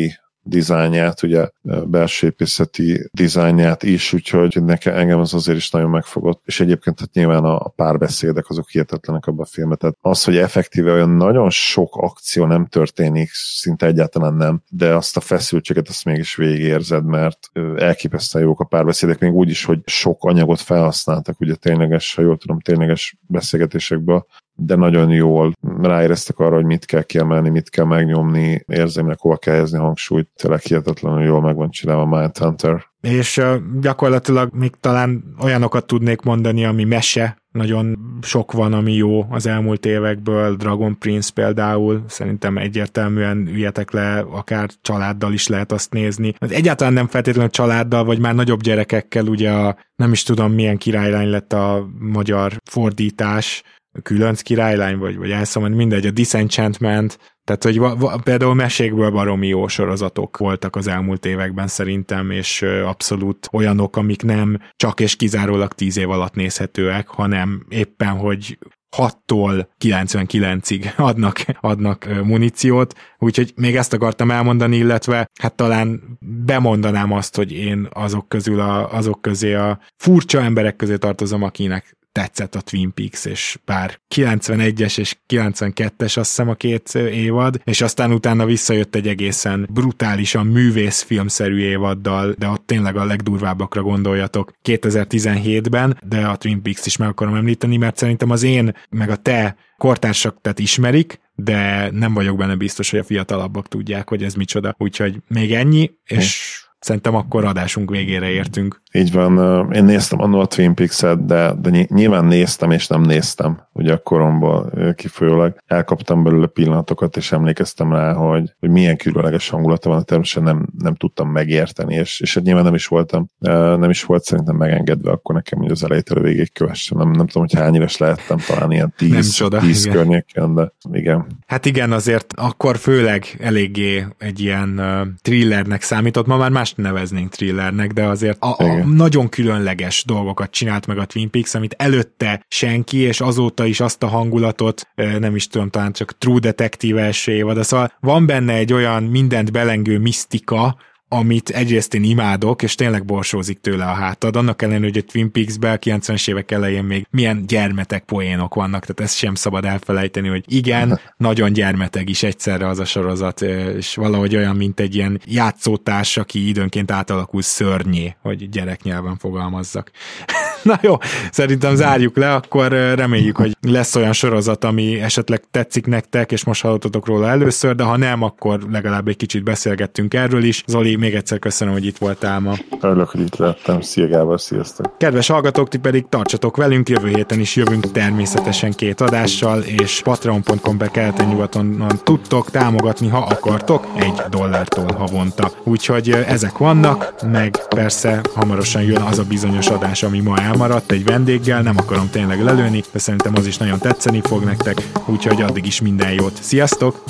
dizájnját, ugye belső épészeti dizájnját is, úgyhogy engem az azért is nagyon megfogott, és egyébként hát nyilván a párbeszédek azok hihetetlenek abban a filmben, tehát az, hogy effektíve olyan nagyon sok akció nem történik, szinte egyáltalán nem, de azt a feszültséget azt mégis végigérzed, mert elképesztően jók a párbeszédek, még úgy is, hogy sok anyagot felhasználtak, ugye tényleges, ha jól tudom, tényleges beszélgetésekből, de nagyon jól ráéreztek arra, hogy mit kell kiemelni, mit kell megnyomni, érzelmileg hova kell helyezni hangsúlyt, tényleg hihetetlenül jól meg van csinálva Mindhunter. És gyakorlatilag még talán olyanokat tudnék mondani, ami mese, nagyon sok van, ami jó az elmúlt évekből, Dragon Prince például, szerintem egyértelműen üljetek le, akár családdal is lehet azt nézni. Egyáltalán nem feltétlenül családdal, vagy már nagyobb gyerekekkel, ugye nem is tudom milyen királylány lett a magyar fordítás, Különc királylány, vagy elszomad, mindegy, a Disenchantment, tehát hogy például mesékből baromi jó sorozatok voltak az elmúlt években szerintem, és abszolút olyanok, amik nem csak és kizárólag 10 év alatt nézhetőek, hanem éppen, hogy 6-tól 99-ig adnak muníciót, úgyhogy még ezt akartam elmondani, illetve hát talán bemondanám azt, hogy én azok közé a furcsa emberek közé tartozom, akinek tetszett a Twin Peaks, és bár 91-es és 92-es azt hiszem a 2 évad, és aztán utána visszajött egy egészen brutálisan művészfilmszerű évaddal, de ott tényleg a legdurvábbakra gondoljatok 2017-ben, de a Twin Peaks is meg akarom említeni, mert szerintem az én, meg a te kortársak tehát ismerik, de nem vagyok benne biztos, hogy a fiatalabbak tudják, hogy ez micsoda. Úgyhogy még ennyi, és szerintem akkor adásunk végére értünk. Így van, én néztem annól a Twin Peaks-et, de nyilván néztem és nem néztem, ugye a koromból kifolyólag. Elkaptam belőle pillanatokat, és emlékeztem rá, hogy milyen különleges hangulata van, természetesen nem tudtam megérteni, és nyilván nem is volt szerintem megengedve akkor nekem, hogy az elejétől végig kövessem. Nem tudom, hogy hány éves lehettem, talán ilyen 10 környéken, de igen. Hát igen, azért akkor főleg eléggé egy ilyen thrillernek számított, ma már más neveznénk thrillernek, de azért nagyon különleges dolgokat csinált meg a Twin Peaks, amit előtte senki, és azóta is azt a hangulatot, nem is tudom, talán csak True Detective első évad, de szóval van benne egy olyan mindent belengő misztika, amit egyrészt én imádok, és tényleg borsózik tőle a hátad. Annak ellenére, hogy a Twin Peaks-ben a 90-es évek elején még milyen gyermetek poénok vannak, tehát ezt sem szabad elfelejteni, hogy igen, nagyon gyermeteg is egyszerre az a sorozat, és valahogy olyan, mint egy ilyen játszótárs, aki időnként átalakul szörnyé, hogy gyereknyelven fogalmazzak. Na jó, szerintem zárjuk le, akkor reméljük, hogy lesz olyan sorozat, ami esetleg tetszik nektek, és most hallottatok róla először, de ha nem, akkor legalább egy kicsit beszélgettünk erről is. Zoli, még egyszer köszönöm, hogy itt voltál ma. Örülök, hogy itt lettem. Szia Gábor, sziasztok! Kedves hallgatók, ti pedig tartsatok velünk, jövő héten is jövünk természetesen 2 adással, és patreon.com/keleten-nyugaton tudtok támogatni, ha akartok, $1 havonta. Úgyhogy ezek vannak, meg persze hamarosan jön az a bizonyos adás, ami ma elmaradt egy vendéggel, nem akarom tényleg lelőni, de szerintem az is nagyon tetszeni fog nektek, úgyhogy addig is minden jót. Sziasztok!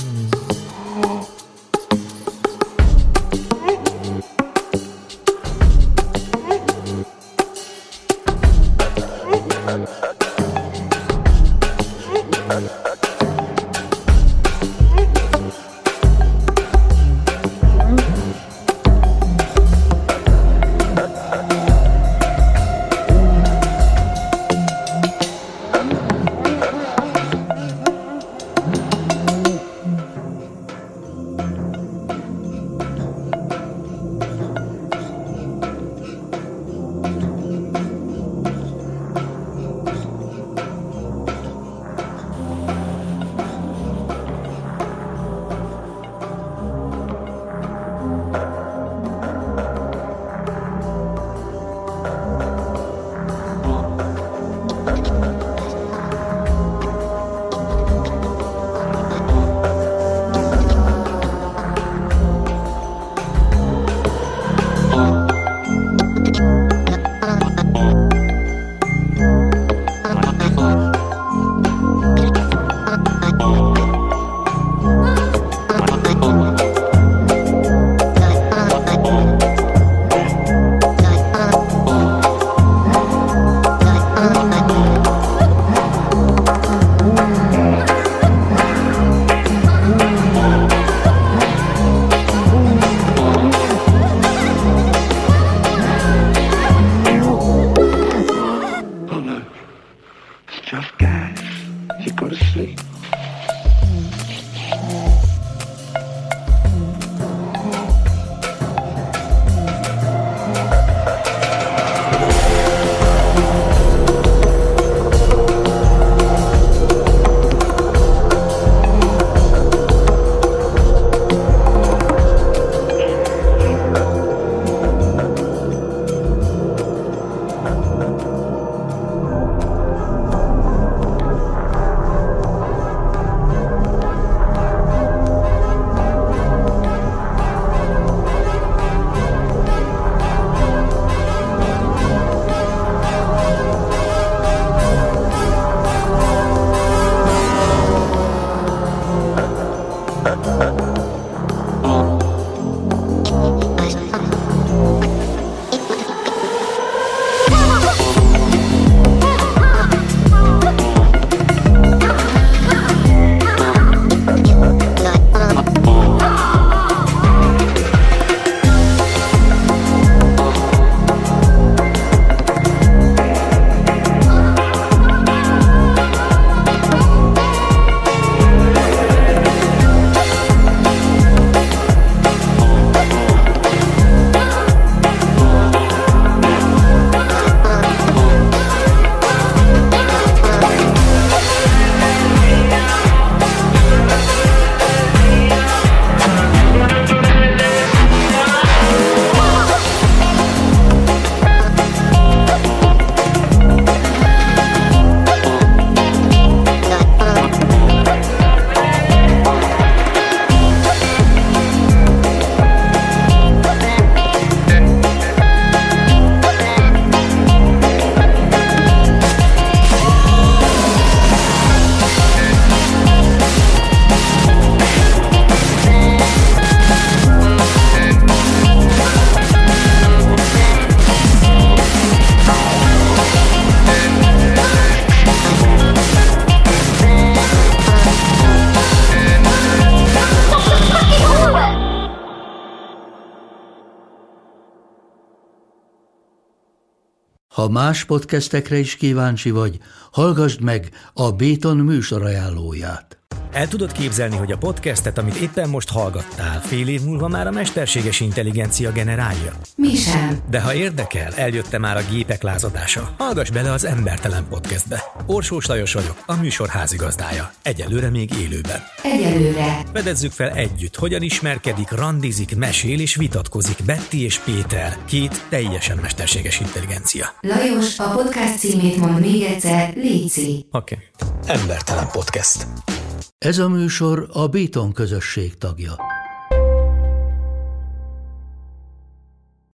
Ha más podcastekre is kíváncsi vagy, hallgassd meg a Béton műsor ajánlóját. El tudod képzelni, hogy a podcastet, amit éppen most hallgattál, fél év múlva már a mesterséges intelligencia generálja? Mi sem. De ha érdekel, eljött már a gépek lázadása. Hallgass bele az Embertelen Podcastbe. Orsós Lajos vagyok, a műsor házigazdája. Egyelőre még élőben. Egyelőre. Fedezzük fel együtt, hogyan ismerkedik, randizik, mesél és vitatkozik Betty és Péter, két teljesen mesterséges intelligencia. Lajos, a podcast címét mond még egyszer, léci. Oké. Embertelen Podcast. Ez a műsor a Béton közösség tagja.